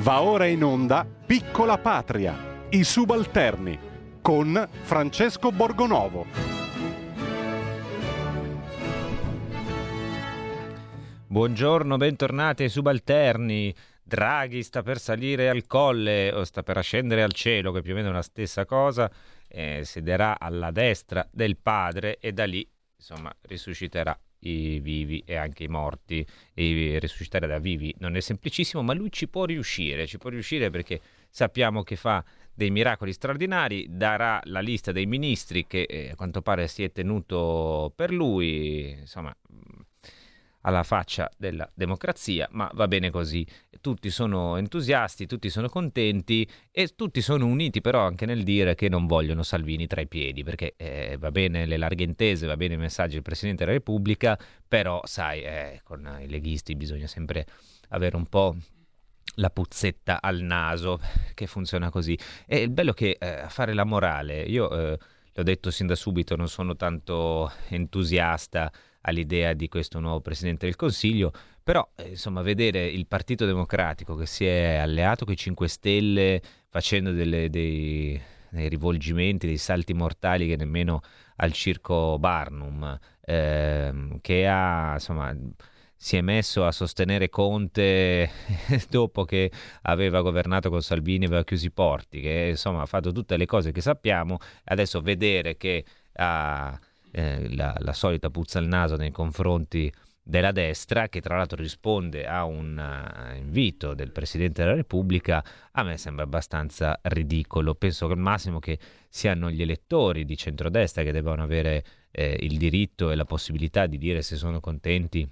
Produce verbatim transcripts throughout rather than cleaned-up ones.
Va ora in onda Piccola Patria, i subalterni, con Francesco Borgonovo. Buongiorno, bentornati ai subalterni. Draghi sta per salire al colle o sta per ascendere al cielo, che più o meno è la stessa cosa, eh, siederà alla destra del padre e da lì, insomma, risusciterà i vivi e anche i morti. E risuscitare da vivi non è semplicissimo, ma lui ci può riuscire, ci può riuscire perché sappiamo che fa dei miracoli straordinari. Darà la lista dei ministri che eh, a quanto pare si è tenuto per lui, insomma, alla faccia della democrazia, ma va bene così. Tutti sono entusiasti, tutti sono contenti e tutti sono uniti però anche nel dire che non vogliono Salvini tra i piedi, perché eh, va bene le larghe intese, va bene i messaggi del Presidente della Repubblica, però sai, eh, con i leghisti bisogna sempre avere un po' la puzzetta al naso, che funziona così. E il bello che eh, a fare la morale, io eh, l'ho detto sin da subito, non sono tanto entusiasta all'idea di questo nuovo Presidente del Consiglio, però eh, insomma vedere il Partito Democratico che si è alleato con i cinque Stelle facendo delle, dei, dei rivolgimenti, dei salti mortali che nemmeno al circo Barnum, ehm, che ha insomma si è messo a sostenere Conte dopo che aveva governato con Salvini e aveva chiuso i porti, che insomma ha fatto tutte le cose che sappiamo. Adesso vedere che ha eh, la, la solita puzza al naso nei confronti della destra, che tra l'altro risponde a un uh, invito del Presidente della Repubblica, a me sembra abbastanza ridicolo. Penso che al massimo che siano gli elettori di centrodestra che devono avere eh, il diritto e la possibilità di dire se sono contenti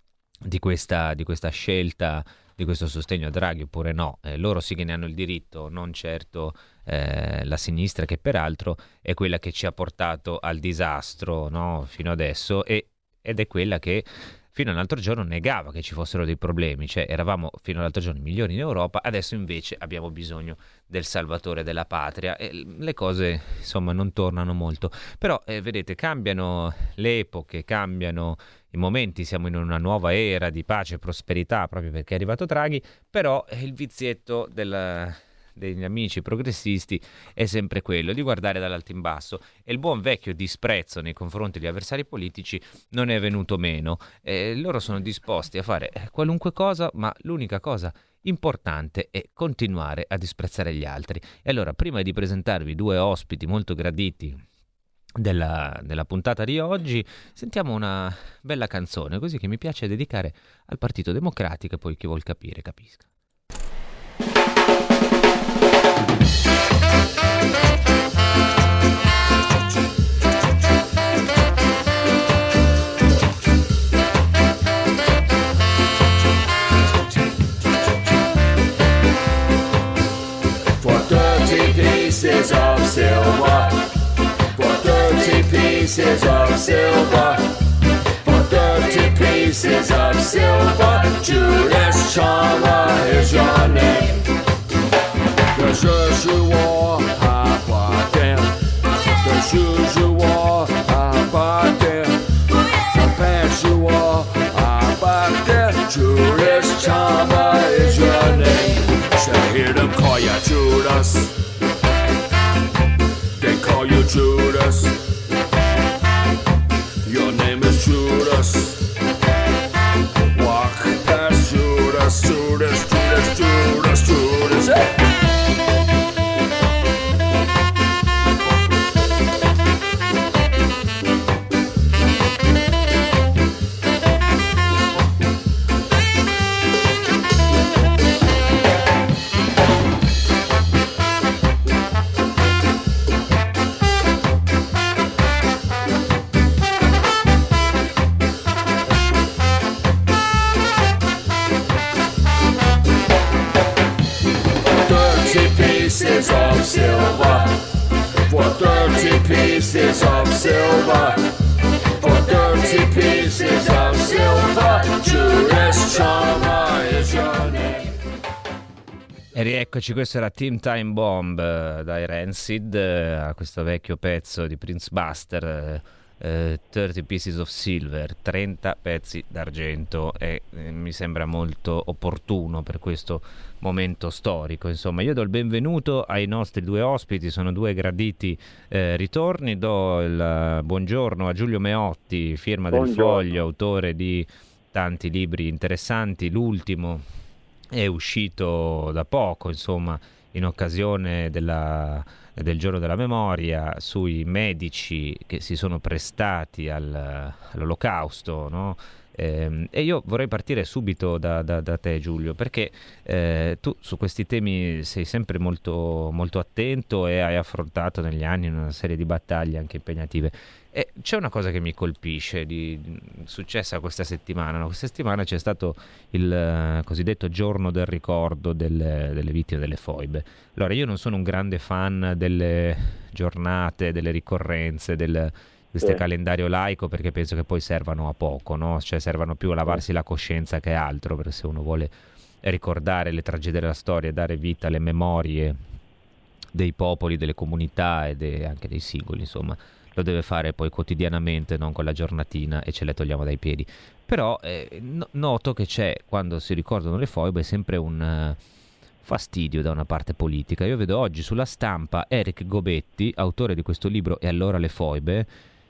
di questa, di questa scelta, di questo sostegno a Draghi oppure no. Eh, loro sì che ne hanno il diritto, non certo eh, la sinistra, che peraltro è quella che ci ha portato al disastro, no, fino adesso, e, ed è quella che fino all'altro giorno negava che ci fossero dei problemi, cioè eravamo fino all'altro giorno i migliori in Europa, adesso invece abbiamo bisogno del salvatore della patria e le cose insomma non tornano molto. Però eh, vedete, cambiano le epoche, cambiano i momenti, siamo in una nuova era di pace e prosperità proprio perché è arrivato Draghi, però eh, il vizietto della... degli amici progressisti è sempre quello di guardare dall'alto in basso, e il buon vecchio disprezzo nei confronti degli avversari politici non è venuto meno. Eh, loro sono disposti a fare qualunque cosa, ma l'unica cosa importante è continuare a disprezzare gli altri. E allora, prima di presentarvi due ospiti molto graditi della, della puntata di oggi, sentiamo una bella canzone, così, che mi piace dedicare al Partito Democratico, e poi chi vuol capire capisca. For thirty pieces of silver, for thirty pieces of silver, for thirty pieces of silver, Julius Chalmer is your name. The shoes you wore, I bought them. The shoes you wore, I bought them. The pants you wore, I bought them. Julius Chalmer is your name. Say, hear them call you Judas. They call you Judas. Your name is Judas. Walk past Judas, Judas, Judas, Judas, Judas. Hey! Pieces of silver, for thirty pieces of silver, for thirty pieces of silver, Julius Chalmer is your name. E rieccoci, questo era Team Time Bomb eh, dai Rancid, eh, questo vecchio pezzo di Prince Buster, eh, eh, thirty Pieces of Silver, trenta pezzi d'argento, e eh, mi sembra molto opportuno per questo momento storico. Insomma, io do il benvenuto ai nostri due ospiti, sono due graditi eh, ritorni. Do il uh, buongiorno a Giulio Meotti, firma del Buongiorno. Foglio, autore di tanti libri interessanti. L'ultimo è uscito da poco, insomma, in occasione della, del giorno della memoria, sui medici che si sono prestati al, all'olocausto, no? Eh, e io vorrei partire subito da, da, da te, Giulio, perché eh, tu su questi temi sei sempre molto, molto attento e hai affrontato negli anni una serie di battaglie anche impegnative. E c'è una cosa che mi colpisce, di, successa questa settimana, no? Questa settimana c'è stato il eh, cosiddetto giorno del ricordo delle, delle vittime delle foibe. Allora, io non sono un grande fan delle giornate, delle ricorrenze, del questo Sì. calendario laico, perché penso che poi servano a poco, no? Cioè servano più a lavarsi la coscienza che altro, perché se uno vuole ricordare le tragedie della storia e dare vita alle memorie dei popoli, delle comunità e de- anche dei singoli, insomma, lo deve fare poi quotidianamente, non con la giornatina e ce le togliamo dai piedi. Però eh, no- noto che c'è, quando si ricordano le foibe, sempre un eh, fastidio da una parte politica. Io vedo oggi sulla Stampa Eric Gobetti, autore di questo libro E allora le foibe,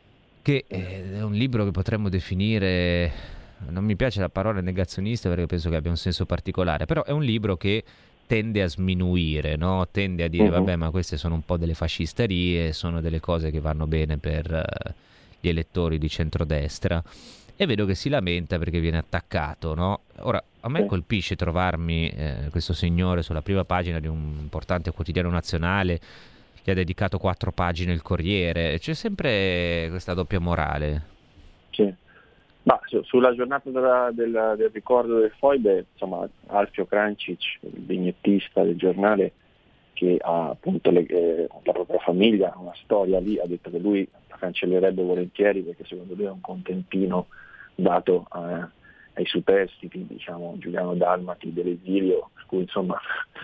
che è un libro che potremmo definire, non mi piace la parola negazionista perché penso che abbia un senso particolare, però è un libro che tende a sminuire, no? Tende a dire Mhm. vabbè, ma queste sono un po' delle fascisterie, sono delle cose che vanno bene per eh, gli elettori di centrodestra, e vedo che si lamenta perché viene attaccato, no? Ora, a me Sì. colpisce trovarmi eh, questo signore sulla prima pagina di un importante quotidiano nazionale. Gli ha dedicato quattro pagine il Corriere. C'è sempre questa doppia morale. Sì. Ma su- sulla giornata della- del, del ricordo delle foibe, insomma, Alfio Crancic, il vignettista del giornale, che ha appunto le- eh, la propria famiglia, una storia lì, ha detto che lui la cancellerebbe volentieri perché secondo lui è un contentino dato a- ai superstiti, diciamo, Giuliano Dalmati dell'esilio, per cui insomma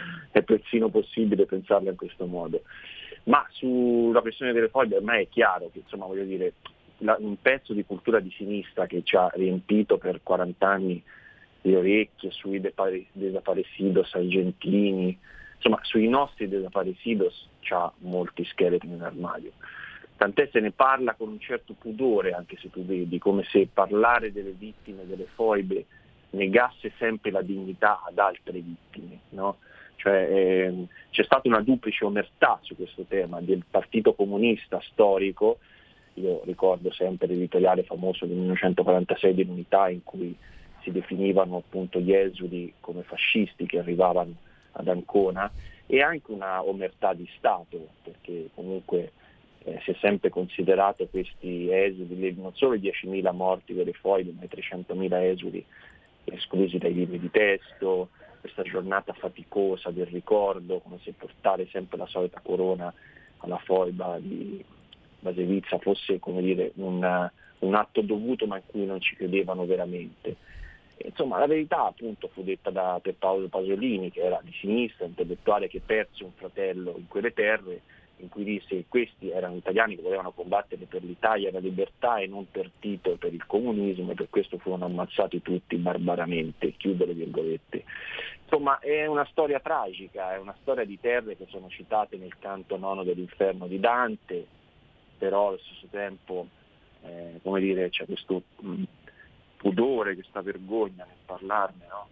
è persino possibile pensarla in questo modo. Ma sulla questione delle foibe a me è chiaro che, insomma, voglio dire, la- un pezzo di cultura di sinistra che ci ha riempito per quaranta anni le orecchie sui depare- desaparecidos argentini, insomma sui nostri desaparecidos c'ha molti scheletri nell'armadio. Tant'è, se ne parla con un certo pudore, anche se tu vedi, come se parlare delle vittime delle foibe negasse sempre la dignità ad altre vittime, no? Cioè, ehm, c'è stata una duplice omertà su questo tema del Partito Comunista storico. Io ricordo sempre l'editoriale famoso del millenovecentoquarantasei dell'Unità, in cui si definivano appunto gli esuli come fascisti che arrivavano ad Ancona, e anche una omertà di Stato, perché comunque eh, si è sempre considerato questi esuli, le- non solo i diecimila morti delle foibe, ma i trecentomila esuli esclusi dai libri di testo, questa giornata faticosa del ricordo, come se portare sempre la solita corona alla foiba di Basevizza fosse, come dire, un, un atto dovuto ma in cui non ci credevano veramente. E, insomma, la verità appunto fu detta da per Paolo Pasolini, che era di sinistra, intellettuale che perse un fratello in quelle terre, in cui disse che questi erano italiani che volevano combattere per l'Italia e la libertà e non per Tito e per il comunismo, e per questo furono ammazzati tutti barbaramente, chiudo le virgolette. Insomma, è una storia tragica, è una storia di terre che sono citate nel canto nono dell'Inferno di Dante, però allo stesso tempo eh, come dire, c'è questo mh, pudore, questa vergogna nel parlarne, no?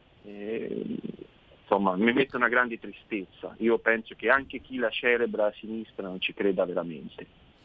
E, insomma, mi mette una grande tristezza. Io penso che anche chi la celebra a sinistra non ci creda veramente.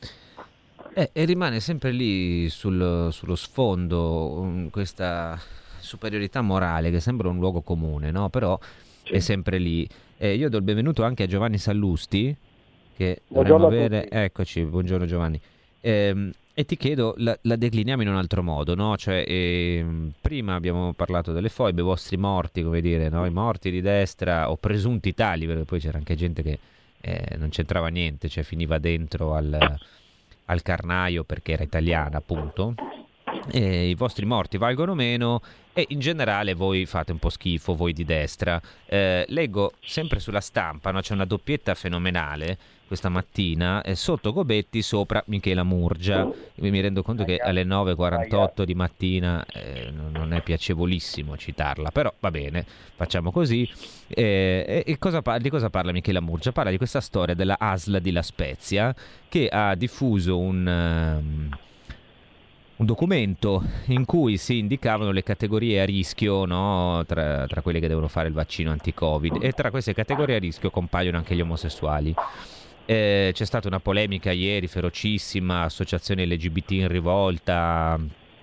Eh, e rimane sempre lì sul- sullo sfondo um, questa superiorità morale che sembra un luogo comune, no? Però Sì. è sempre lì. Eh, io do il benvenuto anche a Giovanni Sallusti, che Buongiorno dovremmo a avere. tutti. Eccoci, buongiorno Giovanni. Ehm, e ti chiedo, la, la decliniamo in un altro modo, no? Cioè, ehm, prima abbiamo parlato delle foibe, i vostri morti, come dire, no? I morti di destra o presunti tali, perché poi c'era anche gente che eh, non c'entrava niente, cioè finiva dentro al, al carnaio perché era italiana, appunto. eh, i vostri morti valgono meno e in generale voi fate un po' schifo, voi di destra. Eh, leggo sempre sulla stampa, no? C'è una doppietta fenomenale questa mattina, eh, sotto Gobetti, sopra Michela Murgia. Io mi rendo conto che alle nove e quarantotto di mattina eh, non è piacevolissimo citarla, però va bene, facciamo così. Eh, e cosa par- di cosa parla Michela Murgia? Parla di questa storia della A S L di La Spezia, che ha diffuso un... Um, un documento in cui si indicavano le categorie a rischio, no? tra, tra quelle che devono fare il vaccino anti-Covid, e tra queste categorie a rischio compaiono anche gli omosessuali. Eh, c'è stata una polemica ieri ferocissima, associazioni L G B T in rivolta,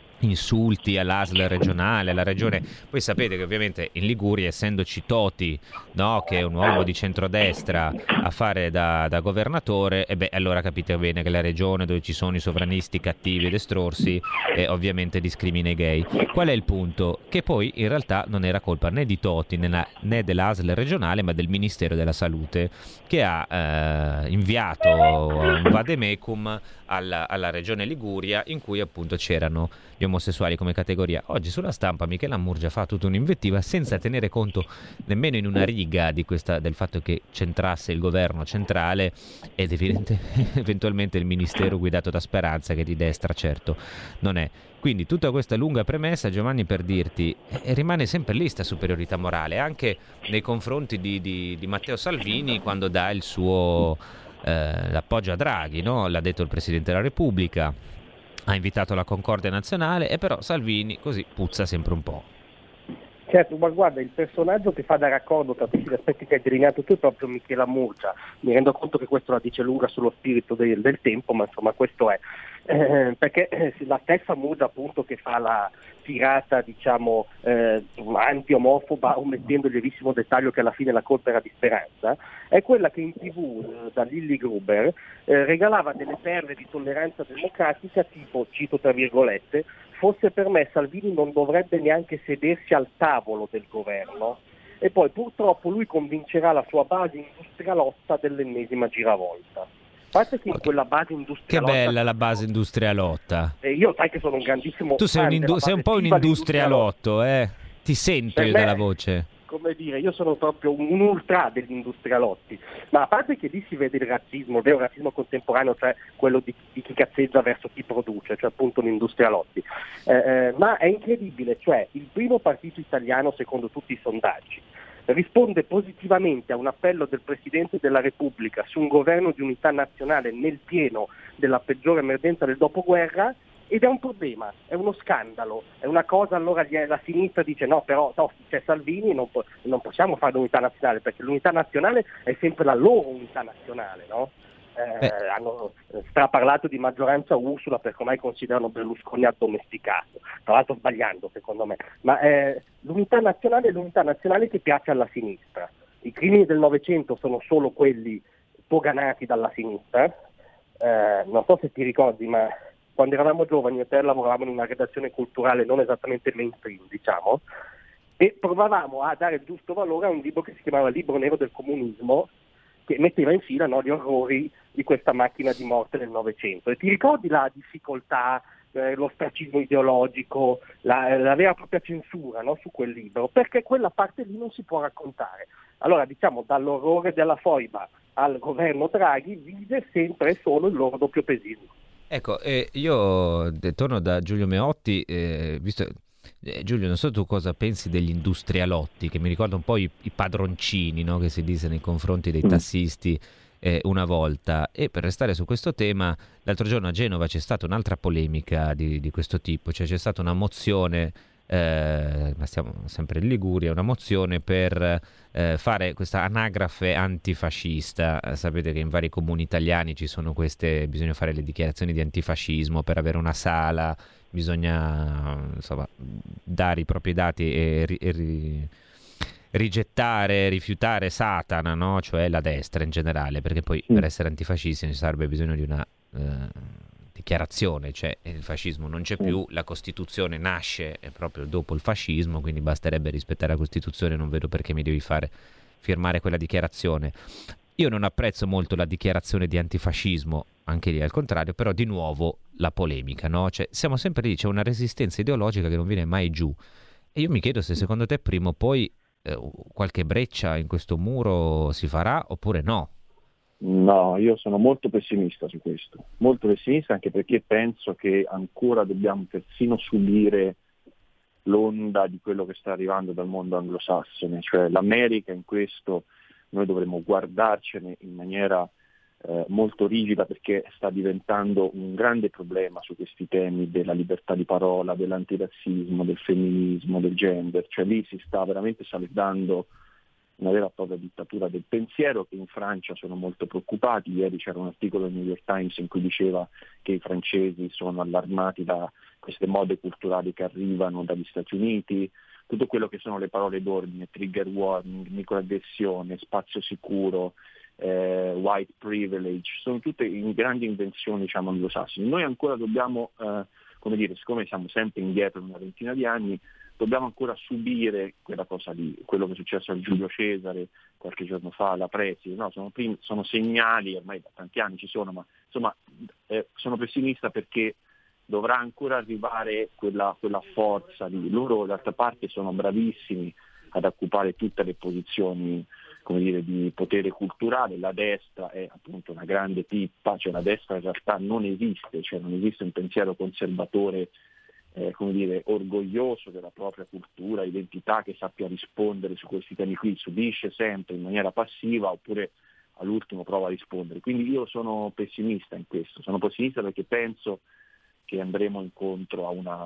insulti all'A S L regionale, alla regione. Voi sapete che ovviamente in Liguria, essendoci Toti, no, che è un uomo di centrodestra, a fare da, da governatore, e beh, allora capite bene che la regione dove ci sono i sovranisti cattivi ed estrorsi eh, ovviamente discrimina i gay. Qual è il punto? Che poi in realtà non era colpa né di Toti né, né dell'A S L regionale, ma del Ministero della Salute, che ha eh, inviato un vademecum alla, alla regione Liguria, in cui appunto c'erano gli omosessuali come categoria. Oggi sulla stampa Michela Murgia fa tutta un'invettiva senza tenere conto nemmeno in una riga di questa, del fatto che c'entrasse il governo centrale ed evidente, eventualmente il ministero guidato da Speranza, che di destra certo non è. Quindi tutta questa lunga premessa, Giovanni, per dirti, eh, rimane sempre lì sta superiorità morale, anche nei confronti di, di, di Matteo Salvini, quando dà il suo eh, l'appoggio a Draghi, no? L'ha detto il Presidente della Repubblica, ha invitato la concordia nazionale, e però Salvini così puzza sempre un po'. Certo, ma guarda, il personaggio che fa da raccordo tra tutti gli aspetti che hai delineato tu è proprio Michela Murgia. Mi rendo conto che questo la dice lunga sullo spirito del, del tempo, ma insomma questo è. Eh, perché eh, la stessa Murgia appunto che fa la tirata, diciamo, eh, anti-omofoba, omettendo il lievissimo dettaglio che alla fine la colpa era di Speranza, è quella che in tv eh, da Lilli Gruber eh, regalava delle perle di tolleranza democratica tipo, cito tra virgolette, fosse per me Salvini non dovrebbe neanche sedersi al tavolo del governo, e poi purtroppo lui convincerà la sua base industrialotta dell'ennesima giravolta. A parte che in quella base industrialotta... Che bella la base industrialotta. Eh, io sai che sono un grandissimo... Tu sei un, indu- sei un po' un industrialotto, eh? Ti sento io dalla voce. Come dire, io sono proprio un ultra degli industrialotti, ma a parte che lì si vede il razzismo, il vero razzismo contemporaneo, cioè quello di, di chi cazzeggia verso chi produce, cioè appunto gli industrialotti, eh, eh, ma è incredibile, cioè il primo partito italiano secondo tutti i sondaggi risponde positivamente a un appello del Presidente della Repubblica su un governo di unità nazionale nel pieno della peggiore emergenza del dopoguerra. Ed è un problema, è uno scandalo, è una cosa, allora la sinistra dice no, però no, c'è Salvini, non, po- non possiamo fare l'unità nazionale, perché l'unità nazionale è sempre la loro unità nazionale, no? Eh, hanno straparlato di maggioranza Ursula perché ormai considerano Berlusconi addomesticato, tra l'altro sbagliando secondo me, ma eh, l'unità nazionale è l'unità nazionale che piace alla sinistra. I crimini del Novecento sono solo quelli poganati dalla sinistra, eh, non so se ti ricordi, ma quando eravamo giovani io e te lavoravamo in una redazione culturale non esattamente mainstream, diciamo, e provavamo a dare il giusto valore a un libro che si chiamava Libro Nero del Comunismo, che metteva in fila, no, gli orrori di questa macchina di morte del Novecento. E ti ricordi la difficoltà, eh, lo ostracismo ideologico, la, la vera e propria censura, no, su quel libro, perché quella parte lì non si può raccontare. Allora, diciamo, dall'orrore della foiba al governo Draghi vive sempre e solo il loro doppio pesismo. Ecco, eh, io torno da Giulio Meotti, eh, visto, eh, Giulio, non so tu cosa pensi degli industrialotti, che mi ricorda un po' i, i padroncini, no, che si dice nei confronti dei tassisti eh, una volta. E per restare su questo tema, l'altro giorno a Genova c'è stata un'altra polemica di, di questo tipo, cioè c'è stata una mozione, eh, ma stiamo sempre in Liguria, una mozione per eh, fare questa anagrafe antifascista. Eh, sapete che in vari comuni italiani ci sono queste, bisogna fare le dichiarazioni di antifascismo per avere una sala, bisogna insomma dare i propri dati e, ri, e ri, rigettare, rifiutare Satana, no? Cioè la destra in generale, perché poi mm. per essere antifascisti ci sarebbe bisogno di una eh, dichiarazione, cioè il fascismo non c'è più, la Costituzione nasce proprio dopo il fascismo, quindi basterebbe rispettare la Costituzione, non vedo perché mi devi fare firmare quella dichiarazione. Io non apprezzo molto la dichiarazione di antifascismo, anche lì al contrario, però di nuovo la polemica, no? Cioè, siamo sempre lì, c'è una resistenza ideologica che non viene mai giù. E io mi chiedo se secondo te prima o poi eh, qualche breccia in questo muro si farà oppure no. No, io sono molto pessimista su questo, molto pessimista anche perché penso che ancora dobbiamo persino subire l'onda di quello che sta arrivando dal mondo anglosassone, cioè l'America in questo noi dovremmo guardarcene in maniera eh, molto rigida perché sta diventando un grande problema su questi temi della libertà di parola, dell'antirazzismo, del femminismo, del gender, cioè lì si sta veramente saldando una vera e propria dittatura del pensiero che in Francia sono molto preoccupati. Ieri c'era un articolo del New York Times in cui diceva che i francesi sono allarmati da queste mode culturali che arrivano dagli Stati Uniti, tutto quello che sono le parole d'ordine, trigger warning, microaggressione, spazio sicuro, eh, white privilege, sono tutte in grandi invenzioni diciamo anglosassoni. Noi ancora dobbiamo, eh, come dire, siccome siamo sempre indietro di una ventina di anni, dobbiamo ancora subire quella cosa lì, quello che è successo a Giulio Cesare qualche giorno fa, alla Presi, no? sono, prim- sono segnali, ormai da tanti anni ci sono, ma insomma eh, sono pessimista perché dovrà ancora arrivare quella, quella forza lì. Loro d'altra parte sono bravissimi ad occupare tutte le posizioni, come dire, di potere culturale. La destra è appunto una grande pippa, cioè la destra in realtà non esiste, cioè non esiste un pensiero conservatore Eh, come dire, orgoglioso della propria cultura, identità, che sappia rispondere su questi temi qui, subisce sempre in maniera passiva oppure all'ultimo prova a rispondere. Quindi io sono pessimista in questo, sono pessimista perché penso che andremo incontro a una,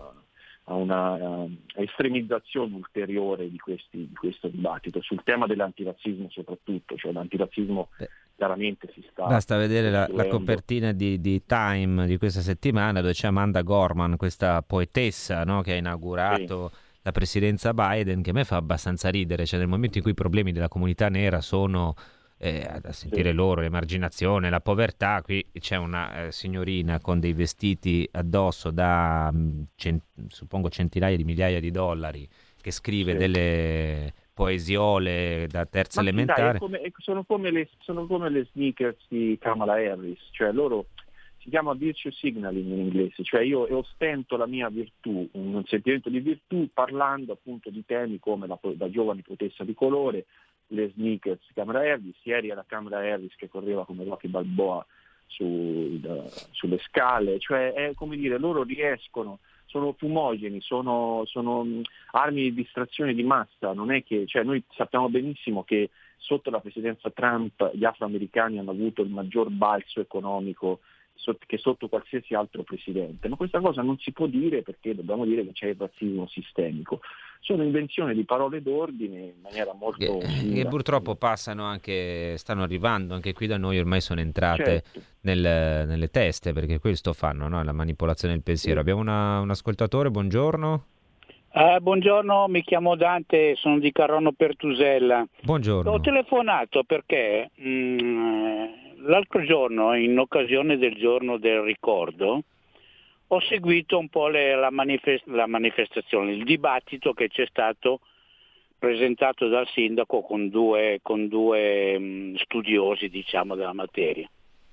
a una uh, estremizzazione ulteriore di, questi, di questo dibattito, sul tema dell'antirazzismo soprattutto, cioè l'antirazzismo Beh. chiaramente si sta... Basta vedere la, la copertina di, di Time di questa settimana dove c'è Amanda Gorman, questa poetessa, no, che ha inaugurato sì. la presidenza Biden, che a me fa abbastanza ridere, cioè nel momento in cui i problemi della comunità nera sono, eh, a sentire sì. loro, l'emarginazione, la povertà, qui c'è una eh, signorina con dei vestiti addosso da cent- suppongo centinaia di migliaia di dollari che scrive sì. delle... poesiole da terza Ma elementare. Dai, come, sono, come le, sono come le sneakers di Kamala Harris, cioè loro si chiama virtue signaling in inglese, cioè io ostento la mia virtù, un sentimento di virtù parlando appunto di temi come la, la giovane poetessa di colore, le sneakers di Kamala Harris. Ieri era Kamala Harris che correva come Rocky Balboa su, da, sulle scale, cioè è come dire, loro riescono, sono fumogeni, sono, sono armi di distrazione di massa, non è che, cioè noi sappiamo benissimo che sotto la presidenza Trump gli afroamericani hanno avuto il maggior balzo economico che sotto qualsiasi altro presidente, ma questa cosa non si può dire perché dobbiamo dire che c'è il razzismo sistemico. Sono invenzioni di parole d'ordine in maniera molto che, che purtroppo passano anche, stanno arrivando anche qui da noi, ormai sono entrate certo. nel, nelle teste, perché questo fanno, no? La manipolazione del pensiero. Sì. Abbiamo una, un ascoltatore, buongiorno. Uh, buongiorno, mi chiamo Dante, sono di Carrono Pertusella. Buongiorno. Ho telefonato perché mh, l'altro giorno, in occasione del giorno del ricordo, ho seguito un po' le, la, manifest- la manifestazione, il dibattito che c'è stato presentato dal sindaco con due, con due mh, studiosi, diciamo, della materia.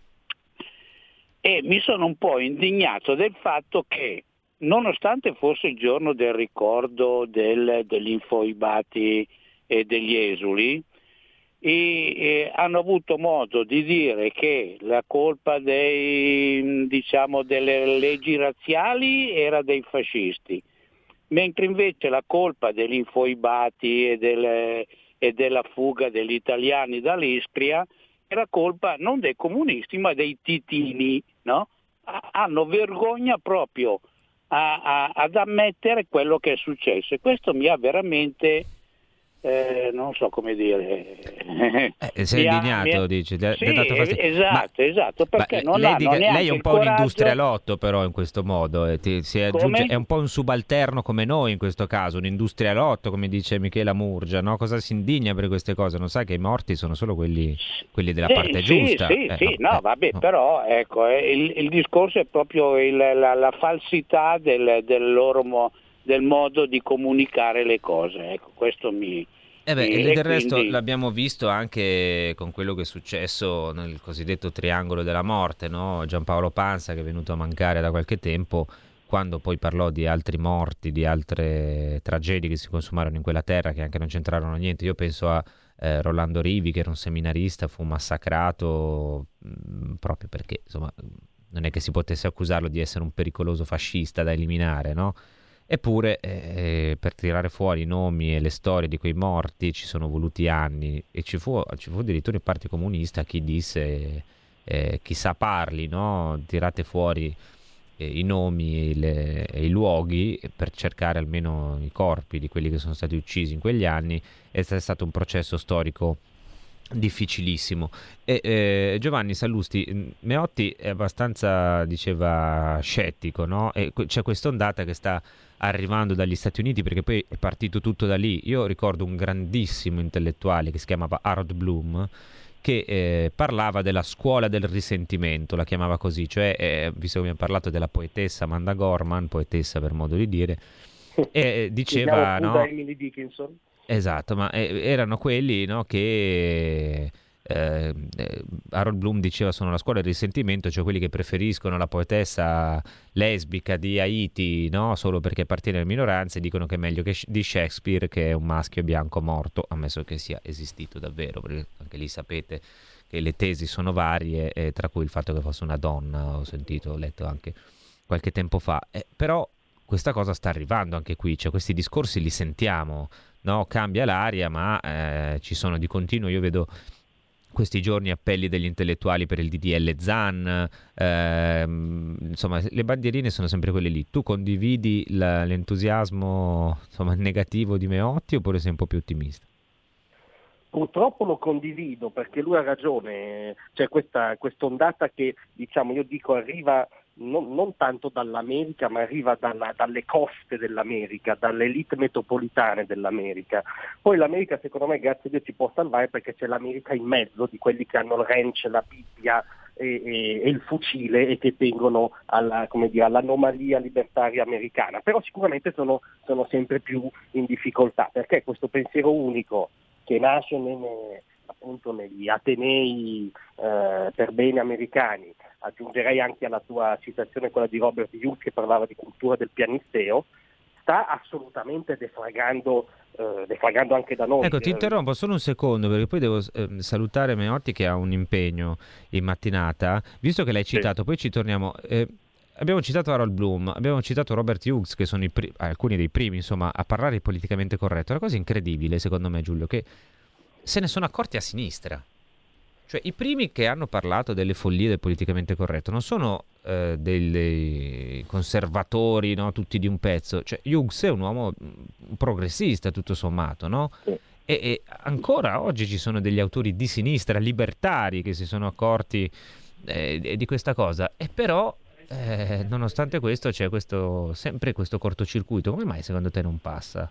E mi sono un po' indignato del fatto che, nonostante fosse il giorno del ricordo del, degli infoibati e degli esuli, e, e hanno avuto modo di dire che la colpa dei, diciamo, delle leggi razziali era dei fascisti, mentre invece la colpa degli infoibati e, delle, e della fuga degli italiani dall'Istria era colpa non dei comunisti ma dei titini, no? Hanno vergogna proprio a, a, ad ammettere quello che è successo, e questo mi ha veramente Eh, non so come dire, eh, sei indignato, ha, dici, ti ha, sì, ti ha dato fastidio. esatto, ma, esatto, perché ma non lei, hanno dica, neanche lei è un il po' coraggio... un industrialotto però in questo modo, eh, ti, si aggiunge, è un po' un subalterno come noi in questo caso, un industrialotto come dice Michela Murgia, no? Cosa si indigna per queste cose? Non sa che i morti sono solo quelli, quelli della sì, parte sì, giusta? Sì, eh, sì, no, no, eh, vabbè, no. però ecco, eh, il, il discorso è proprio il, la, la falsità del, del loro mo, del modo di comunicare le cose, ecco, questo mi... Eh beh, E- e e del resto quindi- l'abbiamo visto anche con quello che è successo nel cosiddetto triangolo della morte, no? Giampaolo Pansa, che è venuto a mancare da qualche tempo, quando poi parlò di altri morti, di altre tragedie che si consumarono in quella terra, che anche non c'entrarono niente. Io penso a eh, Rolando Rivi, che era un seminarista, fu massacrato mh, proprio perché, insomma, non è che si potesse accusarlo di essere un pericoloso fascista da eliminare, no? Eppure, eh, per tirare fuori i nomi e le storie di quei morti ci sono voluti anni, e ci fu, ci fu addirittura il Partito Comunista chi disse, eh, chissà parli, no? Tirate fuori eh, i nomi e, le- e i luoghi per cercare almeno i corpi di quelli che sono stati uccisi in quegli anni. È stato un processo storico difficilissimo. E, eh, Giovanni Sallusti, mh, Meotti è abbastanza, diceva, scettico, no? E que- c'è questa ondata che sta arrivando dagli Stati Uniti, perché poi è partito tutto da lì. Io ricordo un grandissimo intellettuale che si chiamava Harold Bloom, che eh, parlava della scuola del risentimento, la chiamava così, cioè, eh, visto che abbiamo parlato della poetessa Amanda Gorman, poetessa per modo di dire, e eh, diceva, Chiediamo no? da Emily Dickinson. Esatto, ma eh, erano quelli, no, che eh, eh, Harold Bloom diceva sono la scuola del risentimento, cioè quelli che preferiscono la poetessa lesbica di Haiti, no, solo perché appartiene alle minoranze, dicono che è meglio che di Shakespeare, che è un maschio bianco morto, ammesso che sia esistito davvero, perché anche lì sapete che le tesi sono varie, eh, tra cui il fatto che fosse una donna, ho sentito, ho letto anche qualche tempo fa. Eh, però questa cosa sta arrivando anche qui, cioè questi discorsi li sentiamo, no? Cambia l'aria, ma eh, ci sono di continuo. Io vedo questi giorni appelli degli intellettuali per il D D L Zan, ehm, insomma, le bandierine sono sempre quelle lì. Tu condividi la- l'entusiasmo, insomma, negativo di Meotti, oppure sei un po' più ottimista? Purtroppo lo condivido, perché lui ha ragione, c'è questa ondata che, diciamo, io dico arriva non, non tanto dall'America, ma arriva dalla- dalle coste dell'America, dalle elite metropolitane dell'America. Poi l'America, secondo me, grazie a Dio, ci può salvare, perché c'è l'America in mezzo, di quelli che hanno il ranch, la Bibbia e, e- e il fucile, e che tengono alla, come dire, all'anomalia libertaria americana. Però sicuramente sono, sono sempre più in difficoltà, perché questo pensiero unico che nasce nelle, appunto negli atenei eh, per bene americani, aggiungerei anche alla tua citazione quella di Robert Hughes che parlava di cultura del pianisteo, sta assolutamente defraggando, eh, defraggando anche da noi. Ecco, ti Eh, interrompo solo un secondo, perché poi devo eh, salutare Meotti, che ha un impegno in mattinata. Visto che l'hai citato, poi ci torniamo. Eh, abbiamo citato Harold Bloom, abbiamo citato Robert Hughes, che sono i pri- alcuni dei primi, insomma, a parlare di politicamente corretto. È una cosa incredibile, secondo me, Giulio, che se ne sono accorti a sinistra. Cioè, i primi che hanno parlato delle follie del politicamente corretto non sono eh, dei conservatori, no, tutti di un pezzo. Cioè, Hughes è un uomo mh, progressista, tutto sommato, no? Sì. E, e ancora oggi ci sono degli autori di sinistra, libertari, che si sono accorti eh, di questa cosa. E però, eh, nonostante questo, c'è questo, sempre questo cortocircuito. Come mai secondo te non passa?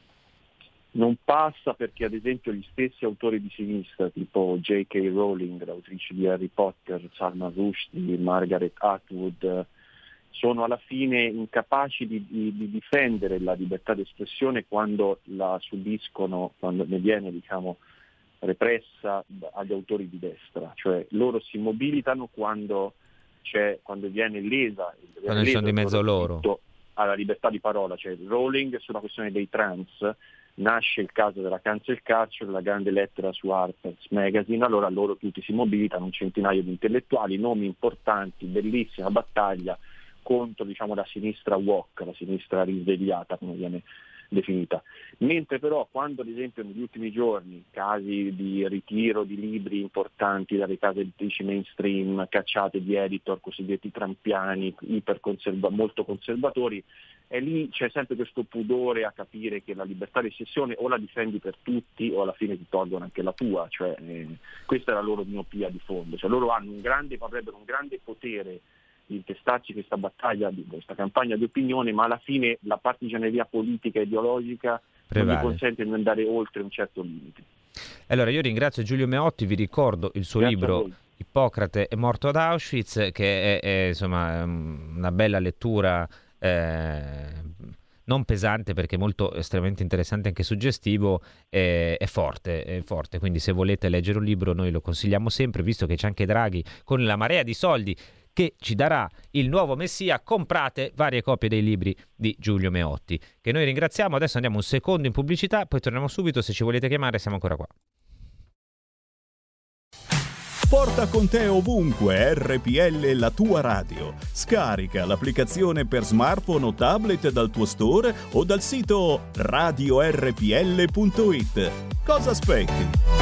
Non passa perché, ad esempio, gli stessi autori di sinistra, tipo J K. Rowling, l'autrice di Harry Potter, Salman Rushdie, Margaret Atwood, eh, sono alla fine incapaci di, di, di difendere la libertà d'espressione quando la subiscono, quando ne viene, diciamo, repressa agli autori di destra. Cioè loro si mobilitano quando, c'è, quando viene lesa, viene Quando ci leso sono di il mezzo loro loro. diritto alla libertà di parola. Cioè Rowling sulla questione dei trans, nasce il caso della cancel culture, la grande lettera su Harper's Magazine, allora loro tutti si mobilitano, un centinaio di intellettuali, nomi importanti, bellissima battaglia contro, diciamo, la sinistra woke, la sinistra risvegliata, come viene definita. Mentre però quando, ad esempio, negli ultimi giorni casi di ritiro di libri importanti dalle case editrici mainstream, cacciate di editor cosiddetti trampiani, iperconserva- molto conservatori, e lì c'è sempre questo pudore a capire che la libertà di espressione o la difendi per tutti o alla fine ti tolgono anche la tua, cioè, eh, questa è la loro miopia di fondo, cioè, loro hanno un grande, avrebbero un grande potere di intestarci questa battaglia, di questa campagna di opinione, ma alla fine la partigianeria politica e ideologica Prevale. non gli consente di andare oltre un certo limite. Allora, io ringrazio Giulio Meotti, vi ricordo il suo Grazie a libro voi. Ippocrate è morto ad Auschwitz, che è, è, insomma, una bella lettura eh, non pesante perché molto estremamente interessante e anche suggestivo, eh, è forte, è forte. Quindi se volete leggere un libro noi lo consigliamo sempre, visto che c'è anche Draghi con la marea di soldi che ci darà il nuovo Messia. Comprate varie copie dei libri di Giulio Meotti, che noi ringraziamo. Adesso andiamo un secondo in pubblicità, poi torniamo subito. Se ci volete chiamare siamo ancora qua. Porta con te ovunque R P L, la tua radio. Scarica l'applicazione per smartphone o tablet dal tuo store o dal sito radio erre pi elle punto it. Cosa aspetti?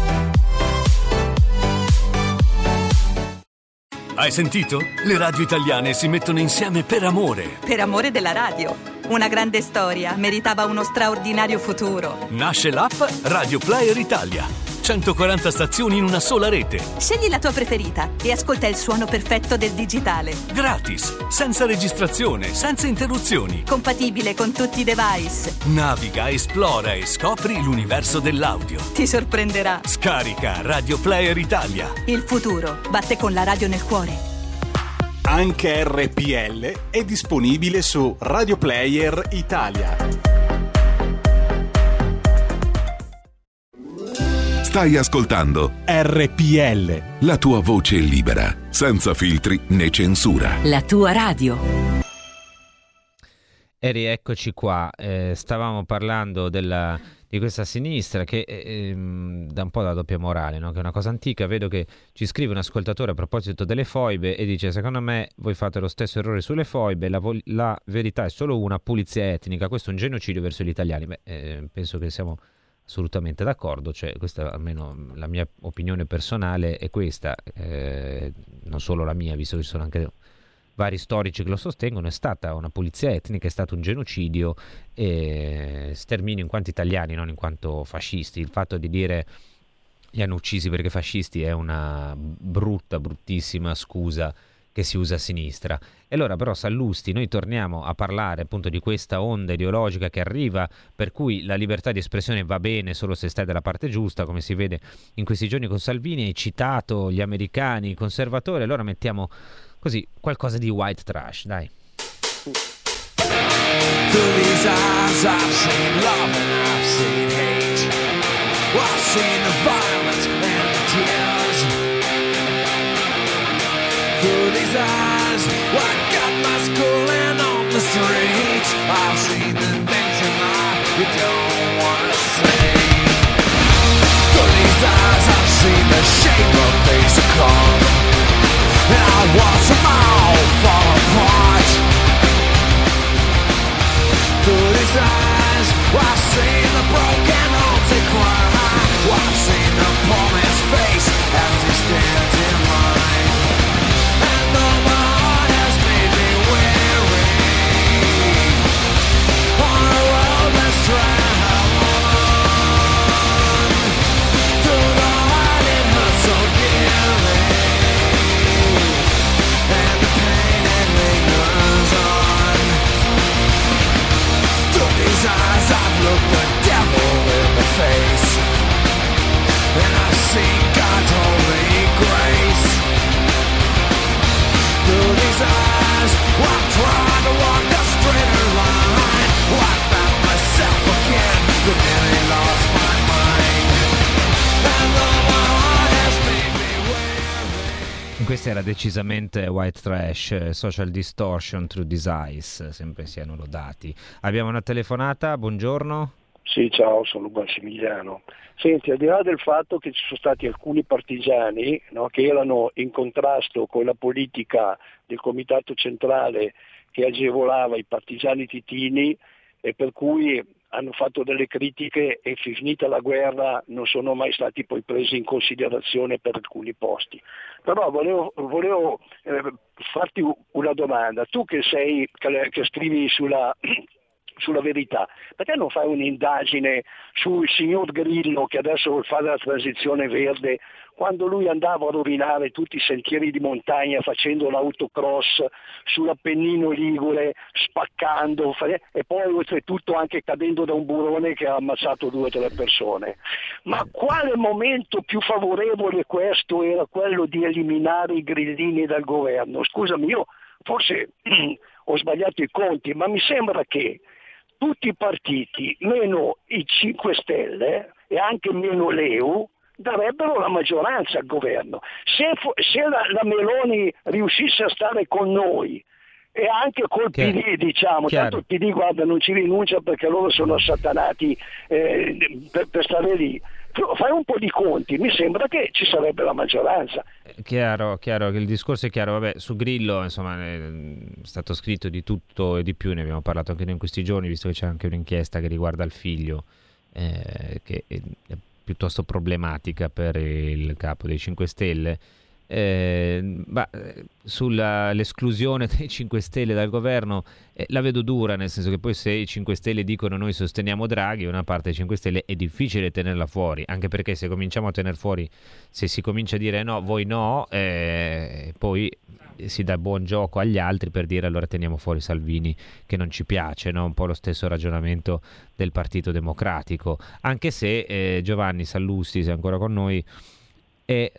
Hai sentito? Le radio italiane si mettono insieme per amore. Per amore della radio. Una grande storia meritava uno straordinario futuro. Nasce l'app Radio Player Italia. centoquaranta stazioni in una sola rete. Scegli la tua preferita e ascolta il suono perfetto del digitale. Gratis, senza registrazione, senza interruzioni. Compatibile con tutti i device. Naviga, esplora e scopri l'universo dell'audio. Ti sorprenderà. Scarica Radio Player Italia. Il futuro batte con la radio nel cuore. Anche R P L è disponibile su Radio Player Italia. Stai ascoltando R P L, la tua voce libera, senza filtri né censura. La tua radio. E rieccoci qua, eh, stavamo parlando della, di questa sinistra che eh, dà un po' la doppia morale, no? Che è una cosa antica. Vedo che ci scrive un ascoltatore a proposito delle foibe e dice: secondo me voi fate lo stesso errore sulle foibe, la, vo- la verità è solo una, pulizia etnica, questo è un genocidio verso gli italiani. Beh, eh, penso che siamo assolutamente d'accordo, cioè questa almeno la mia opinione personale è questa, eh, non solo la mia, visto che ci sono anche vari storici che lo sostengono. È stata una pulizia etnica, è stato un genocidio, e sterminio in quanto italiani, non in quanto fascisti. Il fatto di dire li hanno uccisi perché fascisti è una brutta, bruttissima scusa che si usa a sinistra. E allora però, Sallusti, noi torniamo a parlare appunto di questa onda ideologica che arriva, per cui la libertà di espressione va bene solo se stai dalla parte giusta, come si vede in questi giorni con Salvini. Hai citato gli americani, i conservatori, allora mettiamo così qualcosa di white trash, dai. Through these eyes I've seen love and I've seen hate. I've seen the violence and the tears. Through these eyes I got my schooling on the street. I've seen the things in life you don't wanna see. Through these eyes I've seen the shape of things to come, and I watch them all fall apart. Through these eyes I've seen the broken homes they cry. I've seen the poor man's face as he stands in line. And though my heart has made me weary on a road that's traveled, through the heart it hurts so dearly, and the pain it lingers on. Through these eyes I've looked the devil in the face, and I've seen God's holy grace. Through these eyes I'm trying to walk a straighter line. I found myself again, but nearly lost my mind. And though my heart has made me weary. Questa era decisamente white trash, social distortion through these eyes, sempre siano lodati. Abbiamo una telefonata, buongiorno. Sì, ciao, sono Massimiliano. Senti, al di là del fatto che ci sono stati alcuni partigiani, no, che erano in contrasto con la politica del Comitato Centrale che agevolava i partigiani titini e per cui hanno fatto delle critiche e finita la guerra non sono mai stati poi presi in considerazione per alcuni posti. Però volevo, volevo eh, farti una domanda, tu che sei che, che scrivi sulla sulla verità, perché non fai un'indagine sul signor Grillo che adesso fa la transizione verde, quando lui andava a rovinare tutti i sentieri di montagna facendo l'autocross sull'Appennino Ligure, spaccando e poi oltretutto anche cadendo da un burrone che ha ammazzato due o tre persone. Ma quale momento più favorevole questo era quello di eliminare i grillini dal governo? Scusami, io forse ho sbagliato i conti, ma mi sembra che tutti i partiti, meno i cinque Stelle e anche meno l'E U, darebbero la maggioranza al governo. Se, se la, la Meloni riuscisse a stare con noi e anche col P D, diciamo, chiaro. Tanto il P D, guarda, non ci rinuncia perché loro sono assatanati eh, per, per stare lì. Fai un po' di conti, mi sembra che ci sarebbe la maggioranza. Chiaro, chiaro, che il discorso è chiaro. Vabbè, su Grillo, insomma, è stato scritto di tutto e di più, ne abbiamo parlato anche noi in questi giorni, visto che c'è anche un'inchiesta che riguarda il figlio, eh, che è piuttosto problematica per il capo dei cinque Stelle. Eh, ma sull'esclusione dei cinque Stelle dal governo eh, la vedo dura, nel senso che poi se i cinque Stelle dicono noi sosteniamo Draghi, una parte dei cinque Stelle è difficile tenerla fuori, anche perché se cominciamo a tener fuori, se si comincia a dire no, voi no, eh, poi si dà buon gioco agli altri per dire allora teniamo fuori Salvini che non ci piace, no? Un po' lo stesso ragionamento del Partito Democratico, anche se eh, Giovanni Sallusti, se è ancora con noi, E,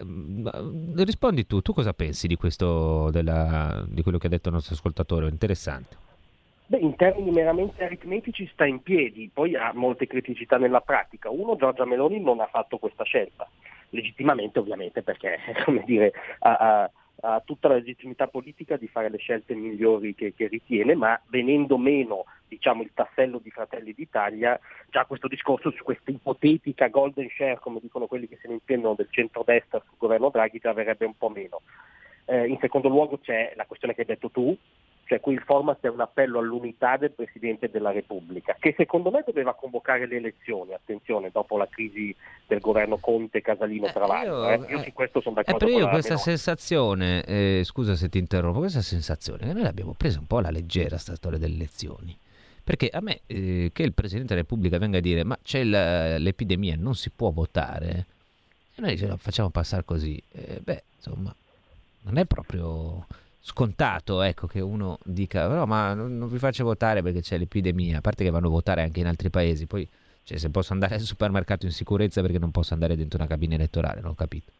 rispondi tu, tu cosa pensi di questo, della, di quello che ha detto il nostro ascoltatore? Interessante. Beh, in termini meramente aritmetici sta in piedi, poi ha molte criticità nella pratica. Uno, Giorgia Meloni non ha fatto questa scelta, legittimamente ovviamente, perché come dire, ha, ha, ha tutta la legittimità politica di fare le scelte migliori che, che ritiene, ma venendo meno, diciamo, il tassello di Fratelli d'Italia, già questo discorso su questa ipotetica golden share, come dicono quelli che se ne intendono, del centrodestra sul governo Draghi, già verrebbe un po' meno. Eh, in secondo luogo c'è la questione che hai detto tu, cioè qui il format è un appello all'unità del Presidente della Repubblica, che secondo me doveva convocare le elezioni, attenzione, dopo la crisi del governo Conte-Casalino-Travaglio. Eh, io, eh, io su questo sono d'accordo. Eh, però io con questa Meloni. sensazione, eh, scusa se ti interrompo, questa sensazione che noi l'abbiamo presa un po' alla leggera, sta storia delle elezioni. Perché a me eh, che il Presidente della Repubblica venga a dire ma c'è la, l'epidemia, non si può votare, e noi ce la facciamo passare così, eh, beh, insomma, non è proprio scontato, ecco, che uno dica no, ma non, non vi faccio votare perché c'è l'epidemia, a parte che vanno a votare anche in altri paesi, poi cioè, se posso andare al supermercato in sicurezza perché non posso andare dentro una cabina elettorale, non ho capito.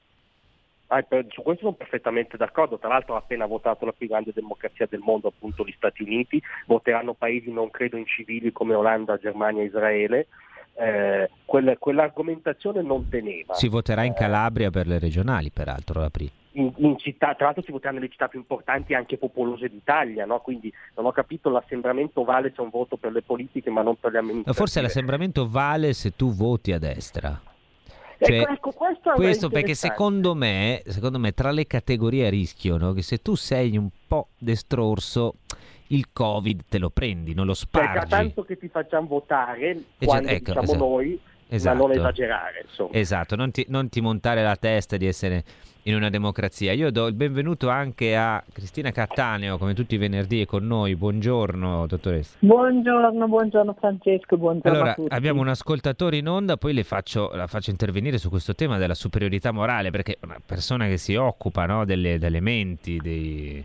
Ah, su questo sono perfettamente d'accordo, tra l'altro ha appena votato la più grande democrazia del mondo, appunto gli Stati Uniti, voteranno paesi non credo incivili come Olanda, Germania, Israele, eh, quella, quell'argomentazione non teneva. Si voterà in Calabria per le regionali, peraltro, aprile. In, in città, tra l'altro si voterà nelle città più importanti e anche popolose d'Italia, no? Quindi non ho capito, l'assembramento vale se è un voto per le politiche ma non per le amministrative. Forse l'assembramento vale se tu voti a destra. Cioè, ecco, ecco, questo, questo perché secondo me, secondo me tra le categorie a rischio, no? Che se tu sei un po' destrorso il Covid te lo prendi, non lo spargi. Cioè, tanto che ti facciamo votare e quando cioè, ecco, diciamo esatto, noi, esatto, ma non esagerare. Insomma. Esatto, non ti, non ti montare la testa di essere in una democrazia. Io do il benvenuto anche a Cristina Cattaneo, come tutti i venerdì è con noi. Buongiorno dottoressa. Buongiorno, buongiorno Francesco, buongiorno allora, a tutti. Abbiamo un ascoltatore in onda, poi le faccio, la faccio intervenire su questo tema della superiorità morale, perché una persona che si occupa, no, delle, delle menti, dei,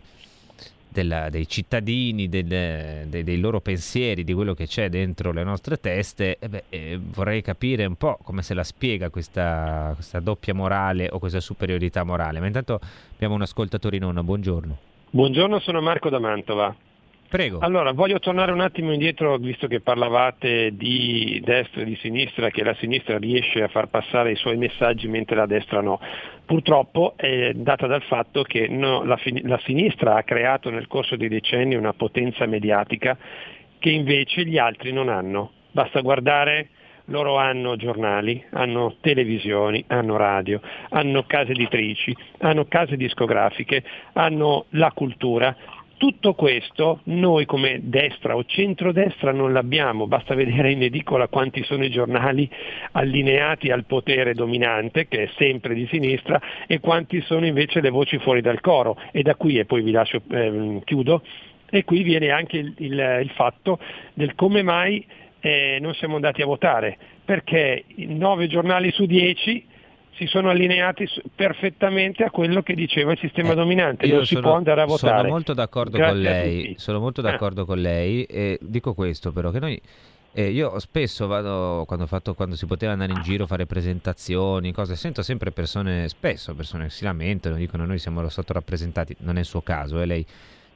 della, dei cittadini, del, dei, dei loro pensieri, di quello che c'è dentro le nostre teste, eh beh, eh, vorrei capire un po' come se la spiega questa, questa doppia morale o questa superiorità morale. Ma intanto abbiamo un ascoltatore in onda, buongiorno. Buongiorno, sono Marco da Mantova. Prego. Allora, voglio tornare un attimo indietro, visto che parlavate di destra e di sinistra, che la sinistra riesce a far passare i suoi messaggi mentre la destra no. Purtroppo è data dal fatto che no, la, la sinistra ha creato nel corso dei decenni una potenza mediatica che invece gli altri non hanno. Basta guardare, loro hanno giornali, hanno televisioni, hanno radio, hanno case editrici, hanno case discografiche, hanno la cultura. Tutto questo noi come destra o centrodestra non l'abbiamo, basta vedere in edicola quanti sono i giornali allineati al potere dominante, che è sempre di sinistra, e quanti sono invece le voci fuori dal coro. E da qui, e poi vi lascio, eh, chiudo, e qui viene anche il, il, il fatto del come mai eh, non siamo andati a votare, perché nove giornali su dieci si sono allineati perfettamente a quello che diceva il sistema eh, dominante, non si sono, può andare a votare. Sono molto d'accordo Grazie con lei, sono molto d'accordo ah. con lei e dico questo però, che noi eh, io spesso vado, quando, ho fatto, quando si poteva andare in giro, fare presentazioni, cose, sento sempre persone, spesso persone che si lamentano, dicono noi siamo sottorappresentati, non è il suo caso, eh, lei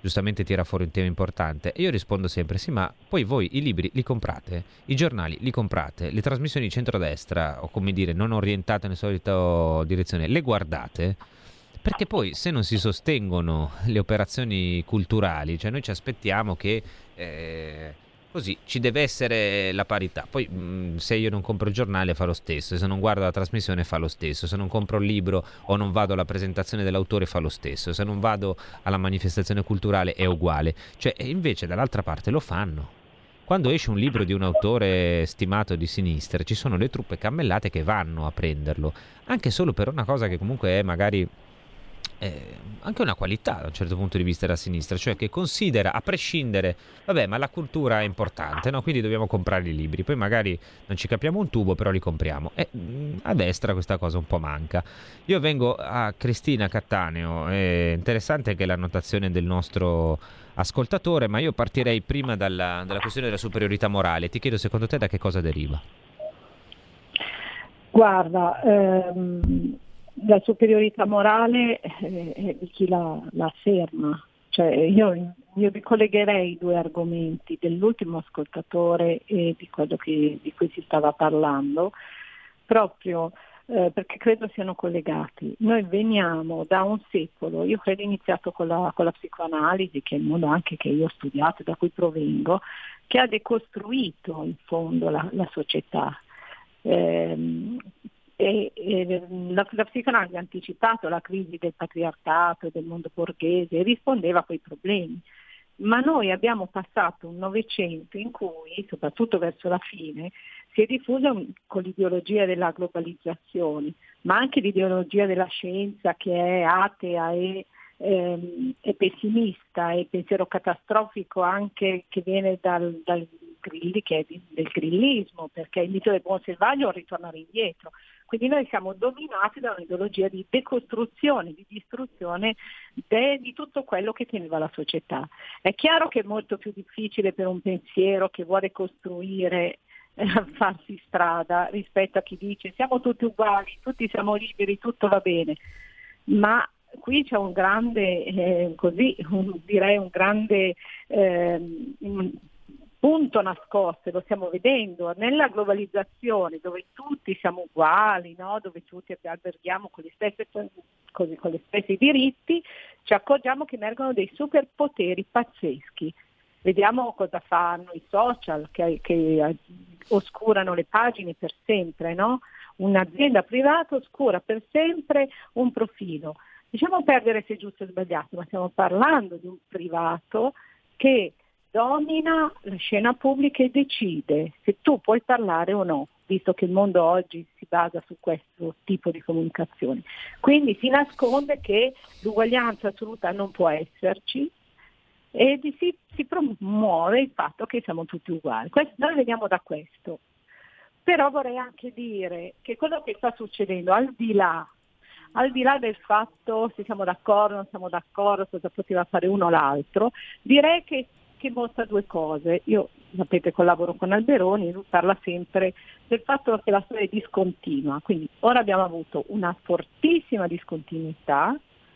giustamente tira fuori un tema importante. E io rispondo sempre: sì, ma poi voi i libri li comprate, i giornali li comprate, le trasmissioni di centrodestra, o come dire, non orientate nella solita direzione, le guardate? Perché poi se non si sostengono le operazioni culturali, cioè noi ci aspettiamo che eh, così ci deve essere la parità. Poi mh, se io non compro il giornale fa lo stesso, se non guardo la trasmissione fa lo stesso, se non compro il libro o non vado alla presentazione dell'autore fa lo stesso, se non vado alla manifestazione culturale è uguale. Cioè invece dall'altra parte lo fanno. Quando esce un libro di un autore stimato di sinistra ci sono le truppe cammellate che vanno a prenderlo, anche solo per una cosa che comunque è magari Eh, anche una qualità da un certo punto di vista della sinistra, cioè che considera, a prescindere, vabbè, ma la cultura è importante, no? Quindi dobbiamo comprare i libri, poi magari non ci capiamo un tubo, però li compriamo. E mh, a destra questa cosa un po' manca. Io vengo a Cristina Cattaneo, è interessante anche l'annotazione del nostro ascoltatore, ma io partirei prima dalla, dalla questione della superiorità morale. Ti chiedo, secondo te da che cosa deriva? Guarda, ehm... la superiorità morale è di chi la, la afferma, cioè io, io ricollegherei i due argomenti dell'ultimo ascoltatore e di quello che, di cui si stava parlando, proprio eh, perché credo siano collegati. Noi veniamo da un secolo, io credo iniziato con la, con la psicoanalisi, che è il mondo anche che io ho studiato, da cui provengo, che ha decostruito in fondo la, la società. Eh, E, e la, la psicoanalisi ha anticipato la crisi del patriarcato e del mondo borghese e rispondeva a quei problemi, ma noi abbiamo passato un Novecento in cui, soprattutto verso la fine, si è diffusa con l'ideologia della globalizzazione, ma anche l'ideologia della scienza che è atea e, ehm, è pessimista, e pensiero catastrofico anche che viene dal, dal grilli, che è di, del grillismo, perché il mito del buon selvaggio è un ritornare indietro. Quindi noi siamo dominati da un'ideologia di decostruzione, di distruzione de, di tutto quello che teneva la società. È chiaro che è molto più difficile per un pensiero che vuole costruire eh, farsi strada rispetto a chi dice siamo tutti uguali, tutti siamo liberi, tutto va bene. Ma qui c'è un grande, eh, così, un, direi un grande eh, un, punto nascosto, lo stiamo vedendo nella globalizzazione, dove tutti siamo uguali, no? Dove tutti alberghiamo con gli stessi, con, con gli stessi diritti, ci accorgiamo che emergono dei superpoteri pazzeschi. Vediamo cosa fanno i social che, che oscurano le pagine per sempre, no? Un'azienda privata oscura per sempre un profilo. Diciamo perdere se è giusto o sbagliato, ma stiamo parlando di un privato che domina la scena pubblica e decide se tu puoi parlare o no, visto che il mondo oggi si basa su questo tipo di comunicazione. Quindi si nasconde che l'uguaglianza assoluta non può esserci e si, si promuove il fatto che siamo tutti uguali. Questo, noi veniamo da questo. Però vorrei anche dire che quello che sta succedendo, al di là, al di là del fatto se siamo d'accordo o non siamo d'accordo, cosa poteva fare uno o l'altro, direi che che mostra due cose. Io, sapete, collaboro con Alberoni, lui parla sempre del fatto che la storia è discontinua, quindi ora abbiamo avuto una fortissima discontinuità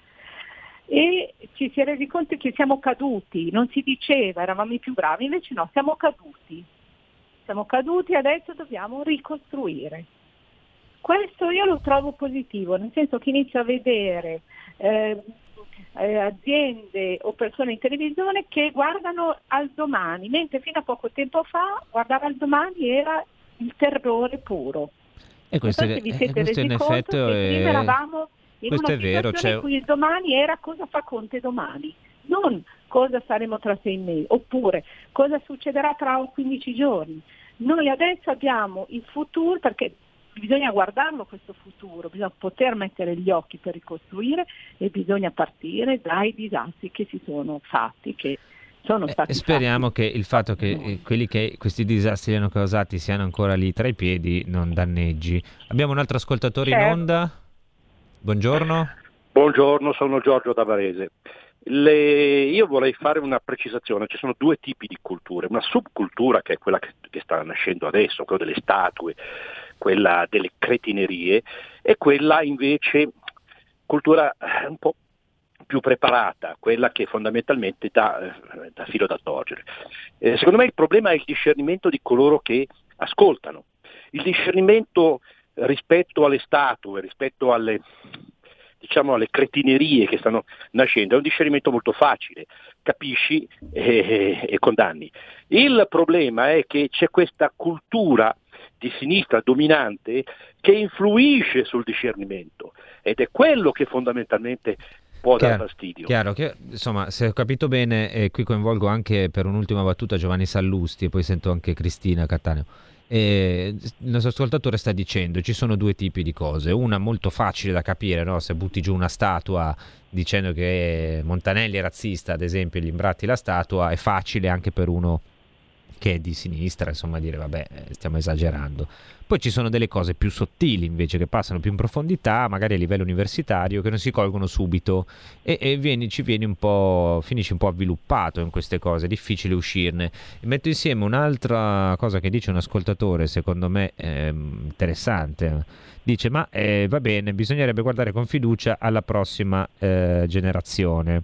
e ci si è resi conto che siamo caduti, non si diceva eravamo i più bravi, invece no, siamo caduti, siamo caduti e adesso dobbiamo ricostruire. Questo io lo trovo positivo, nel senso che inizio a vedere eh, Eh, aziende o persone in televisione che guardano al domani, mentre fino a poco tempo fa guardare al domani era il terrore puro. E questo, è, vi siete questo resi in conto effetti che prima è... eravamo in questo una è vero, situazione cioè... in cui il domani era cosa fa Conte domani, non cosa saremo tra sei mesi, oppure cosa succederà tra quindici giorni. Noi adesso abbiamo il futuro, perché bisogna guardarlo questo futuro, bisogna poter mettere gli occhi per ricostruire e bisogna partire dai disastri che si sono fatti, che sono stati eh, speriamo fatti. che il fatto che eh, quelli che questi disastri li hanno causati siano ancora lì tra i piedi non danneggi. Abbiamo un altro ascoltatore certo. in onda. Buongiorno. Buongiorno, sono Giorgio da Varese. Le... Io vorrei fare una precisazione, ci sono due tipi di culture, una subcultura che è quella che, che sta nascendo adesso, quella delle statue, quella delle cretinerie, e quella invece cultura un po' più preparata, quella che fondamentalmente dà, eh, dà filo da torcere. Eh, secondo me il problema è il discernimento di coloro che ascoltano, il discernimento rispetto alle statue, rispetto alle, diciamo, alle cretinerie che stanno nascendo, è un discernimento molto facile, capisci e, e condanni. Il problema è che c'è questa cultura di sinistra dominante che influisce sul discernimento ed è quello che fondamentalmente può Chiaro, dare fastidio. Chiaro, che, insomma, se ho capito bene, e qui coinvolgo anche per un'ultima battuta Giovanni Sallusti e poi sento anche Cristina Cattaneo. E il nostro ascoltatore sta dicendo ci sono due tipi di cose, una molto facile da capire, no? Se butti giù una statua dicendo che Montanelli è razzista, ad esempio, e gli imbratti la statua, è facile anche per uno che è di sinistra, insomma, dire vabbè, stiamo esagerando. Poi ci sono delle cose più sottili invece, che passano più in profondità, magari a livello universitario, che non si colgono subito e, e vieni, ci vieni un po', finisci un po' avviluppato in queste cose, è difficile uscirne. E metto insieme un'altra cosa che dice un ascoltatore, secondo me eh, interessante. Dice ma eh, va bene, bisognerebbe guardare con fiducia alla prossima eh, generazione.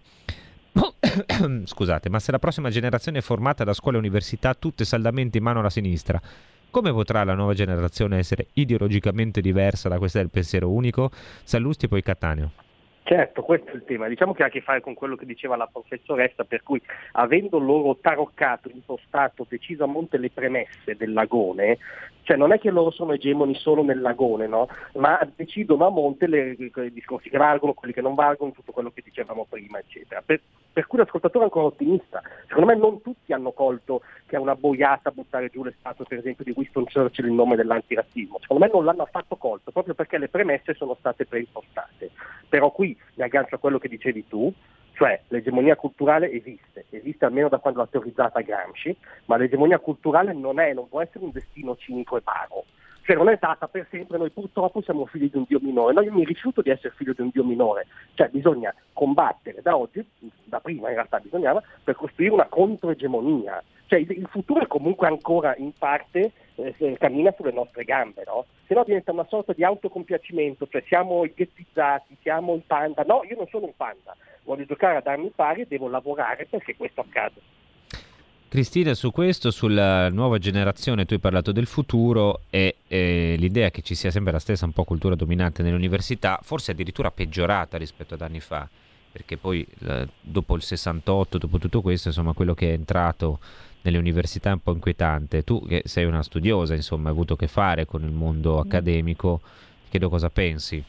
Scusate, ma se la prossima generazione è formata da scuole e università tutte saldamente in mano alla sinistra, come potrà la nuova generazione essere ideologicamente diversa da questa del pensiero unico? Sallusti e poi Cattaneo. Certo, questo è il tema. Diciamo che ha a che fare con quello che diceva la professoressa, per cui avendo loro taroccato, impostato decisamente le premesse del lagone, cioè non è che loro sono egemoni solo nel lagone, no? Ma decidono a monte le, i discorsi che valgono, quelli che non valgono, tutto quello che dicevamo prima, eccetera. Per, per cui l'ascoltatore è ancora ottimista. Secondo me non tutti hanno colto che è una boiata buttare giù le statue, per esempio, di Winston Churchill in nome dell'antirazzismo. Secondo me non l'hanno affatto colto, proprio perché le premesse sono state preimpostate. Però qui mi aggancio a quello che dicevi tu, cioè l'egemonia culturale esiste, esiste almeno da quando l'ha teorizzata Gramsci, ma l'egemonia culturale non è, non può essere un destino cinico e vago, cioè non è stata per sempre, noi purtroppo siamo figli di un Dio minore, no, io mi rifiuto di essere figlio di un Dio minore, cioè bisogna combattere da oggi, da prima in realtà bisognava, per costruire una controegemonia, cioè il, il futuro è comunque ancora in parte eh, cammina sulle nostre gambe, no? Se no diventa una sorta di autocompiacimento, cioè siamo i ghettizzati, siamo i panda, no, io non sono un panda, voglio giocare ad armi pari e devo lavorare perché questo accada. Cristina, su questo, sulla nuova generazione, tu hai parlato del futuro e eh, l'idea che ci sia sempre la stessa un po' cultura dominante nelle università, forse addirittura peggiorata rispetto ad anni fa, perché poi eh, dopo il sessantotto, dopo tutto questo, insomma, quello che è entrato nelle università è un po' inquietante. Tu che sei una studiosa, insomma, hai avuto a che fare con il mondo accademico, chiedo cosa pensi.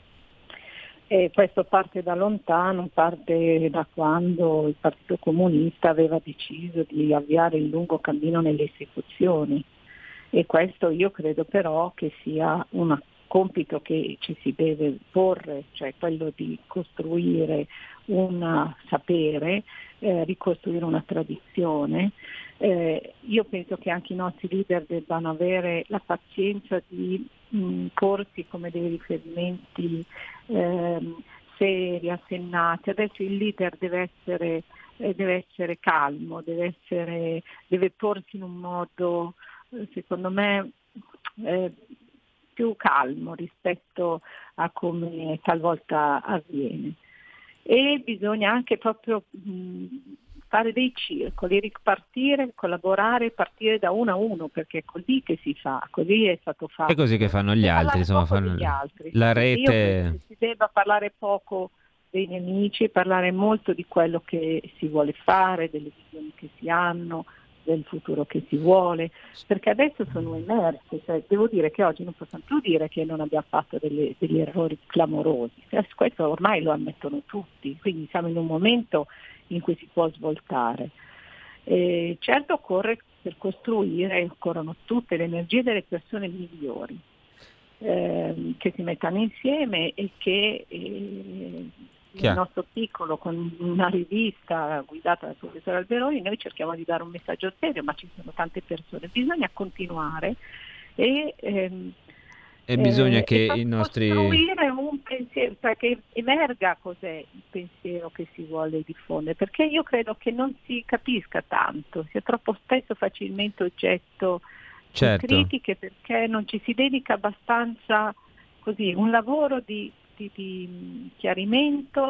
E questo parte da lontano, parte da quando il Partito Comunista aveva deciso di avviare il lungo cammino nelle istituzioni, e questo io credo però che sia un compito che ci si deve porre, cioè quello di costruire un sapere, eh, ricostruire una tradizione. Eh, io penso che anche i nostri leader debbano avere la pazienza di mh, porsi come dei riferimenti ehm, seri, assennati. Adesso il leader deve essere, eh, deve essere calmo, deve, essere, deve porsi in un modo, eh, secondo me, eh, più calmo rispetto a come talvolta avviene. E bisogna anche proprio mh, fare dei circoli, ripartire, collaborare, partire da uno a uno, perché è così che si fa, così è stato fatto. È così che fanno gli altri, insomma, fanno gli altri. La Io rete. penso che si debba parlare poco dei nemici, parlare molto di quello che si vuole fare, delle visioni che si hanno, del futuro che si vuole, perché adesso sono emerse, cioè, devo dire che oggi non possiamo più dire che non abbiamo fatto delle, degli errori clamorosi, questo ormai lo ammettono tutti, quindi siamo in un momento in cui si può svoltare. E certo occorre, per costruire, occorrono tutte le energie delle persone migliori, eh, che si mettano insieme e che eh, nel nostro piccolo, con una rivista guidata dal professor Alberoni, noi cerchiamo di dare un messaggio serio, ma ci sono tante persone, bisogna continuare e, ehm, e bisogna eh, che e i nostri costruire un pensiero, perché emerga cos'è il pensiero che si vuole diffondere, perché io credo che non si capisca tanto, sia troppo spesso facilmente oggetto certo. di critiche, perché non ci si dedica abbastanza, così, un lavoro di Di, di chiarimento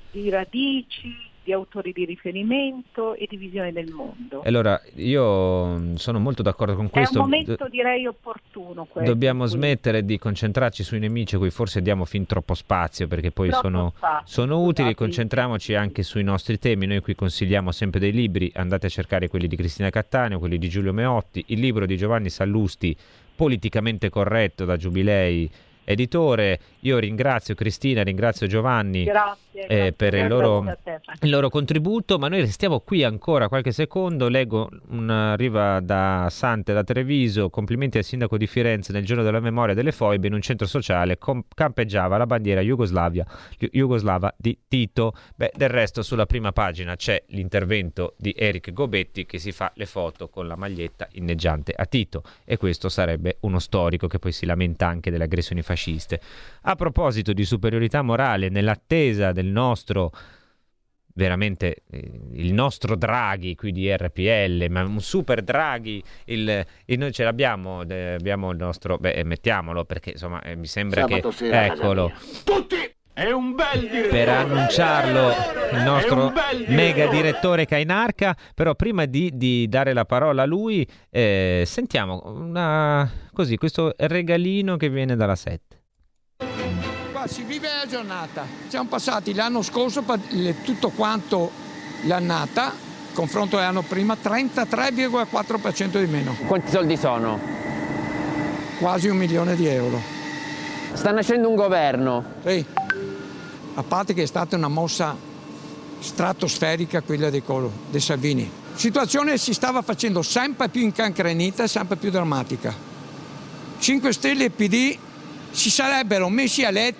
di radici, di autori di riferimento e di visione del mondo. Allora, io sono molto d'accordo con questo. È un momento, direi, opportuno questo. Dobbiamo smettere di concentrarci sui nemici a cui forse diamo fin troppo spazio, perché poi Troppo sono, spazio, sono utili. scusate. Concentriamoci anche sui nostri temi. Noi qui consigliamo sempre dei libri, andate a cercare quelli di Cristina Cattaneo, quelli di Giulio Meotti, il libro di Giovanni Sallusti, Politicamente corretto, da Giubilei Editore. Io ringrazio Cristina, ringrazio Giovanni grazie, eh, grazie, per il grazie loro, a te. il loro contributo, ma noi restiamo qui ancora qualche secondo. Leggo una arriva da Sante da Treviso: complimenti al sindaco di Firenze, nel giorno della memoria delle foibe in un centro sociale com- campeggiava la bandiera Jugoslavia, jugoslava di Tito. Beh, del resto sulla prima pagina c'è l'intervento di Eric Gobetti che si fa le foto con la maglietta inneggiante a Tito, e questo sarebbe uno storico che poi si lamenta anche delle aggressioni fasciste. A proposito di superiorità morale, nell'attesa del nostro veramente eh, il nostro Draghi qui di R P L, ma un super Draghi, il, il, noi ce l'abbiamo, eh, abbiamo il nostro, beh, mettiamolo perché insomma eh, mi sembra Sabato che sera, eccolo tutti è un bel direttore, per annunciarlo il nostro direttore. mega direttore Cainarca. Però prima di, di dare la parola a lui eh, sentiamo una, così, questo regalino che viene dalla sette. Qua si vive la giornata. Siamo passati l'anno scorso per le- tutto quanto l'annata, confronto all'anno prima, trentatré virgola quattro per cento di meno. Quanti soldi sono? Quasi un milione di euro. Sta nascendo un governo. Sì. A parte che è stata una mossa stratosferica quella di Colo, di Salvini. La situazione si stava facendo sempre più incancrenita e sempre più drammatica. cinque Stelle e P D si sarebbero messi a letto.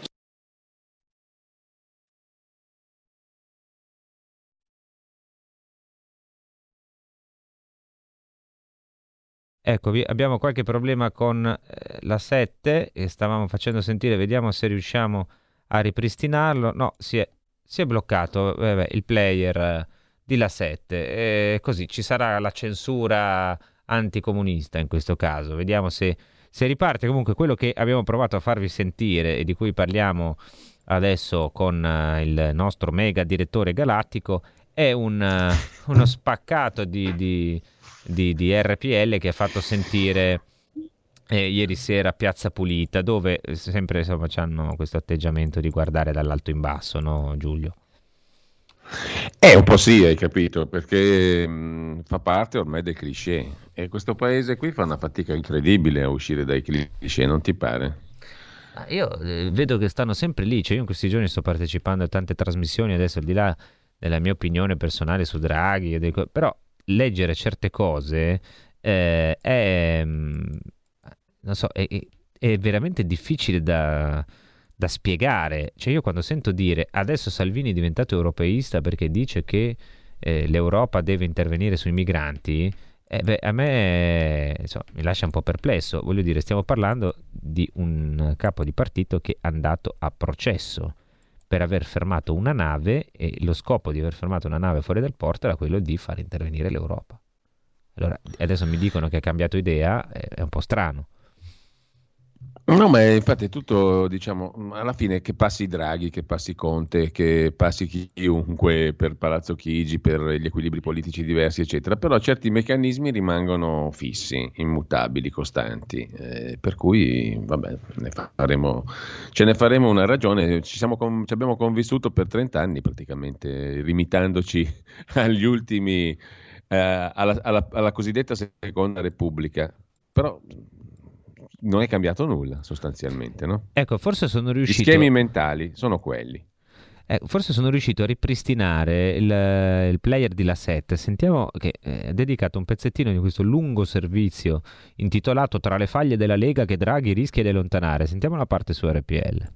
Ecco, vi- abbiamo qualche problema con eh, la sette e stavamo facendo sentire, vediamo se riusciamo a ripristinarlo. No, si è, si è bloccato eh, beh, il player eh, di La sette, e così ci sarà la censura anticomunista in questo caso. Vediamo se, se riparte. Comunque quello che abbiamo provato a farvi sentire e di cui parliamo adesso con eh, il nostro mega direttore galattico è un, eh, uno spaccato di, di, di, di R P L che ha fatto sentire eh, ieri sera a Piazza Pulita, dove eh, sempre insomma hanno questo atteggiamento di guardare dall'alto in basso, no Giulio? Eh, un po' sì, hai capito, perché mh, fa parte ormai del cliché, e questo paese qui fa una fatica incredibile a uscire dai cliché, non ti pare? Io eh, vedo che stanno sempre lì, cioè io in questi giorni sto partecipando a tante trasmissioni, adesso al di là della mia opinione personale su Draghi, e dei co- però leggere certe cose eh, è, mh, non so, è, è- è veramente difficile da, da spiegare. Cioè io quando sento dire adesso Salvini è diventato europeista perché dice che eh, l'Europa deve intervenire sui migranti, eh, beh, a me insomma, mi lascia un po' perplesso. Voglio dire, stiamo parlando di un capo di partito che è andato a processo per aver fermato una nave, e lo scopo di aver fermato una nave fuori dal porto era quello di far intervenire l'Europa. Allora, adesso mi dicono che ha cambiato idea, è è un po' strano. No, ma infatti è tutto, diciamo, alla fine che passi Draghi, che passi Conte, che passi chiunque per Palazzo Chigi, per gli equilibri politici diversi, eccetera, però certi meccanismi rimangono fissi, immutabili, costanti, eh, per cui, vabbè, ne faremo, ce ne faremo una ragione. Ci, siamo con- ci abbiamo convissuto per trenta anni praticamente, limitandoci agli ultimi, eh, alla, alla- alla cosiddetta Seconda Repubblica, però non è cambiato nulla sostanzialmente, no? Ecco, forse sono Gli riuscito schemi mentali sono quelli. eh, forse sono riuscito a ripristinare il, il player di La sette. Sentiamo che eh, ha dedicato un pezzettino di questo lungo servizio intitolato Tra le faglie della Lega che Draghi rischia di allontanare. Sentiamo la parte su R P L.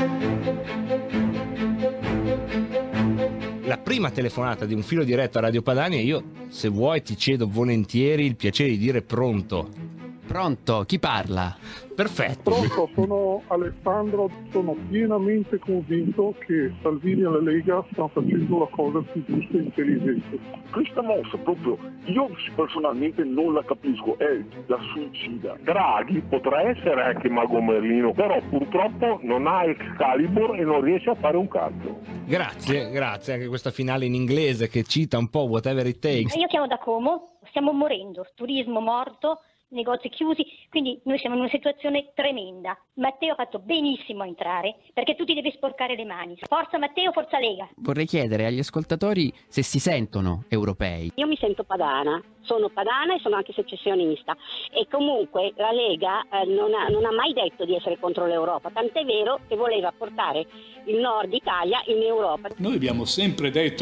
La prima telefonata di un filo diretto a Radio Padania, io se vuoi ti cedo volentieri il piacere di dire pronto. Pronto, chi parla? Perfetto. Pronto, sono Alessandro, sono pienamente convinto che Salvini e la Lega stanno facendo la cosa più giusta e intelligente. Questa mossa proprio, io personalmente non la capisco, è da suicida. Draghi potrà essere anche Mago Merlino, però purtroppo non ha Excalibur e non riesce a fare un cazzo. Grazie, grazie, anche questa finale in inglese che cita un po' whatever it takes. Io chiamo da Como, stiamo morendo, turismo morto, negozi chiusi, quindi noi siamo in una situazione tremenda. Matteo ha fatto benissimo a entrare, perché tu ti devi sporcare le mani. Forza Matteo, forza Lega. Vorrei chiedere agli ascoltatori se si sentono europei. Io mi sento padana, sono padana e sono anche secessionista e comunque la Lega eh, non, ha, non ha mai detto di essere contro l'Europa, tant'è vero che voleva portare il nord Italia in Europa. Noi abbiamo sempre detto,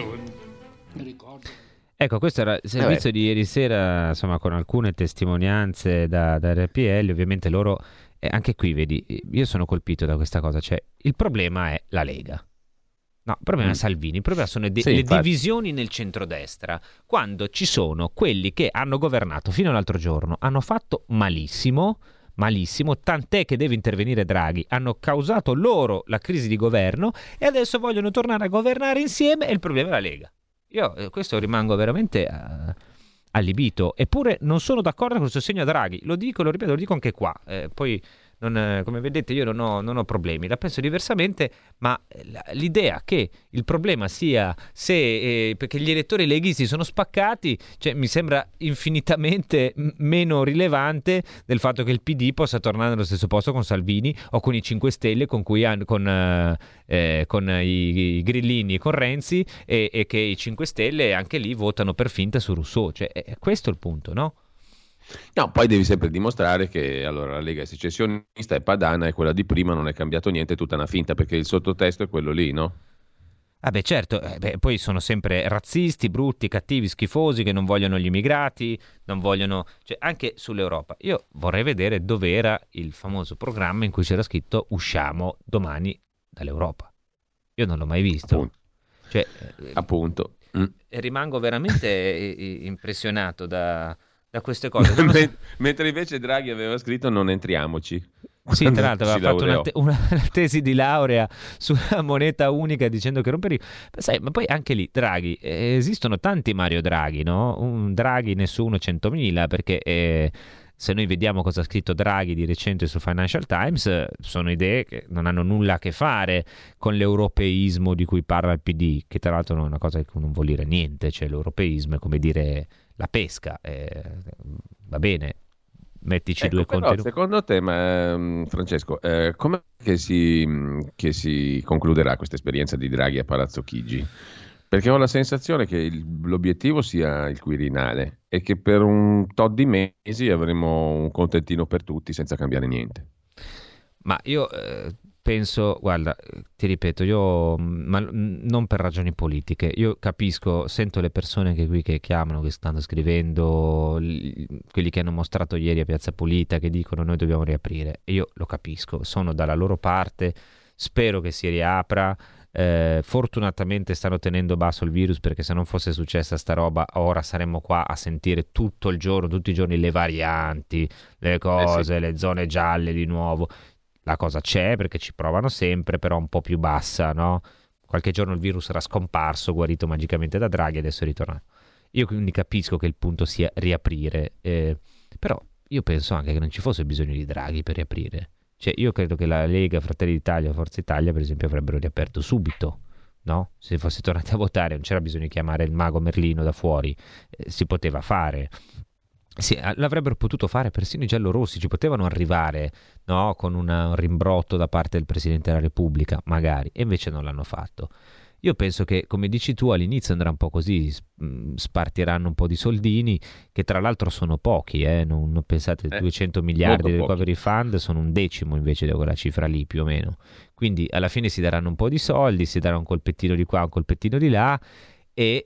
mi ricordo... Ecco, questo era il servizio eh di ieri sera, insomma, con alcune testimonianze da, da R P L. Ovviamente loro, eh, anche qui, vedi, io sono colpito da questa cosa, cioè il problema è la Lega. No, il problema mm. è Salvini, il problema sono de- sì, le infatti. divisioni nel centrodestra, quando ci sono quelli che hanno governato fino all'altro giorno, hanno fatto malissimo, malissimo, tant'è che deve intervenire Draghi, hanno causato loro la crisi di governo e adesso vogliono tornare a governare insieme e il problema è la Lega. Io eh, questo rimango veramente uh, allibito, eppure non sono d'accordo con il sostegno a Draghi, lo dico, lo ripeto, lo dico anche qua, eh, poi non, eh, come vedete io non ho, non ho problemi, la penso diversamente, ma l'idea che il problema sia se eh, perché gli elettori leghisti sono spaccati, cioè, mi sembra infinitamente m- meno rilevante del fatto che il P D possa tornare nello stesso posto con Salvini o con i cinque Stelle, con cui hanno, con, eh, eh, con i, i grillini e con Renzi, e, e che i cinque Stelle anche lì votano per finta su Rousseau, cioè è questo il punto, no? No, poi devi sempre dimostrare che allora la Lega è secessionista, è padana e quella di prima non è cambiato niente, è tutta una finta, perché il sottotesto è quello lì, no? Ah beh, certo, eh, beh, poi sono sempre razzisti, brutti, cattivi, schifosi, che non vogliono gli immigrati, non vogliono... Cioè, anche sull'Europa. Io vorrei vedere dov'era il famoso programma in cui c'era scritto usciamo domani dall'Europa. Io non l'ho mai visto. Appunto. Cioè, Appunto. Mm. Rimango veramente impressionato da... da queste cose. Non so... Mentre invece Draghi aveva scritto non entriamoci. Sì, tra l'altro aveva fatto una, te- una tesi di laurea sulla moneta unica dicendo che romperi. Sai, ma poi anche lì Draghi, eh, esistono tanti Mario Draghi, no? Un Draghi nessuno centomila, perché eh, se noi vediamo cosa ha scritto Draghi di recente sul Financial Times, eh, sono idee che non hanno nulla a che fare con l'europeismo di cui parla il P D, che tra l'altro è una cosa che non vuol dire niente, cioè l'europeismo è come dire la pesca, eh, va bene, mettici ecco, due contenuti. Secondo te, ma, Francesco, eh, com'è che si, che si concluderà questa esperienza di Draghi a Palazzo Chigi? Perché ho la sensazione che il, l'obiettivo sia il Quirinale e che per un tot di mesi avremo un contentino per tutti senza cambiare niente. Ma io eh, penso, guarda, ti ripeto, io ma non per ragioni politiche, io capisco, sento le persone che qui che chiamano, che stanno scrivendo, li, quelli che hanno mostrato ieri a Piazza Pulita, che dicono noi dobbiamo riaprire, e io lo capisco, sono dalla loro parte, spero che si riapra. Eh, fortunatamente stanno tenendo basso il virus, perché se non fosse successa sta roba ora saremmo qua a sentire tutto il giorno, tutti i giorni le varianti, le cose, eh sì. Le zone gialle di nuovo. La cosa c'è perché ci provano sempre, però un po' più bassa, no? Qualche giorno il virus era scomparso, guarito magicamente da Draghi, adesso è ritornato. Io quindi capisco che il punto sia riaprire, eh, però io penso anche che non ci fosse bisogno di Draghi per riaprire. Cioè io credo che la Lega, Fratelli d'Italia, Forza Italia per esempio avrebbero riaperto subito, no? Se fosse tornati a votare non c'era bisogno di chiamare il mago Merlino da fuori, eh, si poteva fare. Sì, l'avrebbero potuto fare persino i giallorossi, ci potevano arrivare, no? Con una, un rimbrotto da parte del Presidente della Repubblica, magari, e invece non l'hanno fatto. Io penso che, come dici tu, all'inizio andrà un po' così, spartiranno un po' di soldini, che tra l'altro sono pochi, eh? non, non pensate, eh, duecento miliardi del recovery fund sono un decimo invece di quella cifra lì più o meno. Quindi alla fine si daranno un po' di soldi, si darà un colpettino di qua, un colpettino di là, e,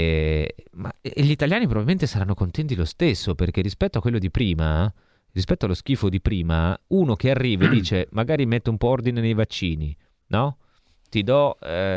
e, ma, e gli italiani probabilmente saranno contenti lo stesso, perché rispetto a quello di prima, rispetto allo schifo di prima, uno che arriva e dice magari metto un po' ordine nei vaccini, no? Ti do,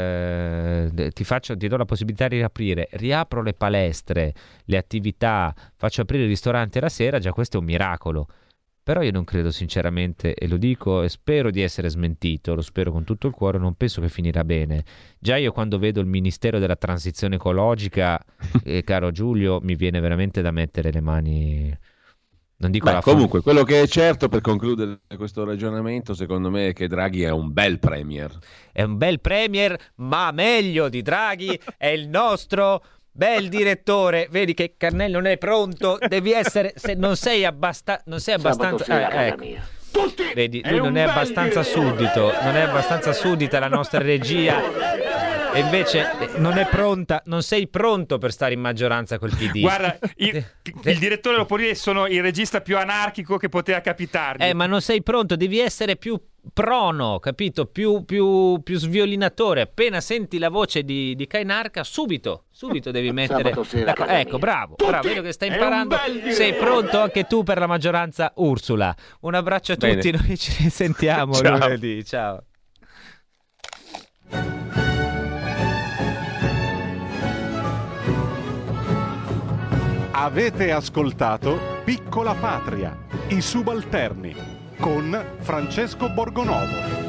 eh, ti, faccio, ti do la possibilità di riaprire, riapro le palestre, le attività, faccio aprire i ristoranti la sera, già questo è un miracolo. Però io non credo sinceramente, e lo dico e spero di essere smentito, lo spero con tutto il cuore, non penso che finirà bene. Già io quando vedo il Ministero della Transizione Ecologica, eh, caro Giulio, mi viene veramente da mettere le mani... Non dico Beh, la comunque, quello che è certo per concludere questo ragionamento, secondo me, è che Draghi è un bel premier. È un bel premier, ma meglio di Draghi è il nostro... Bel direttore, vedi che Carnello non è pronto, devi essere, se non sei, abbasta, non sei abbastanza, eh, ecco. Vedi, lui non è abbastanza suddito, non è abbastanza suddita la nostra regia e invece non è pronta, non sei pronto per stare in maggioranza col P D. Guarda, il, il direttore lo può dire, sono il regista più anarchico che poteva capitargli. Eh, ma non sei pronto, devi essere più prono, capito? Più, più, più sviolinatore. Appena senti la voce di, di Cainarca, subito, subito devi mettere la... Ecco, bravo, bravo, vedo che stai imparando. Sei pronto anche tu per la maggioranza Ursula. Un abbraccio a tutti. Bene. Noi ci sentiamo ciao. Lunedì, ciao. Avete ascoltato Piccola Patria, i subalterni con Francesco Borgonovo.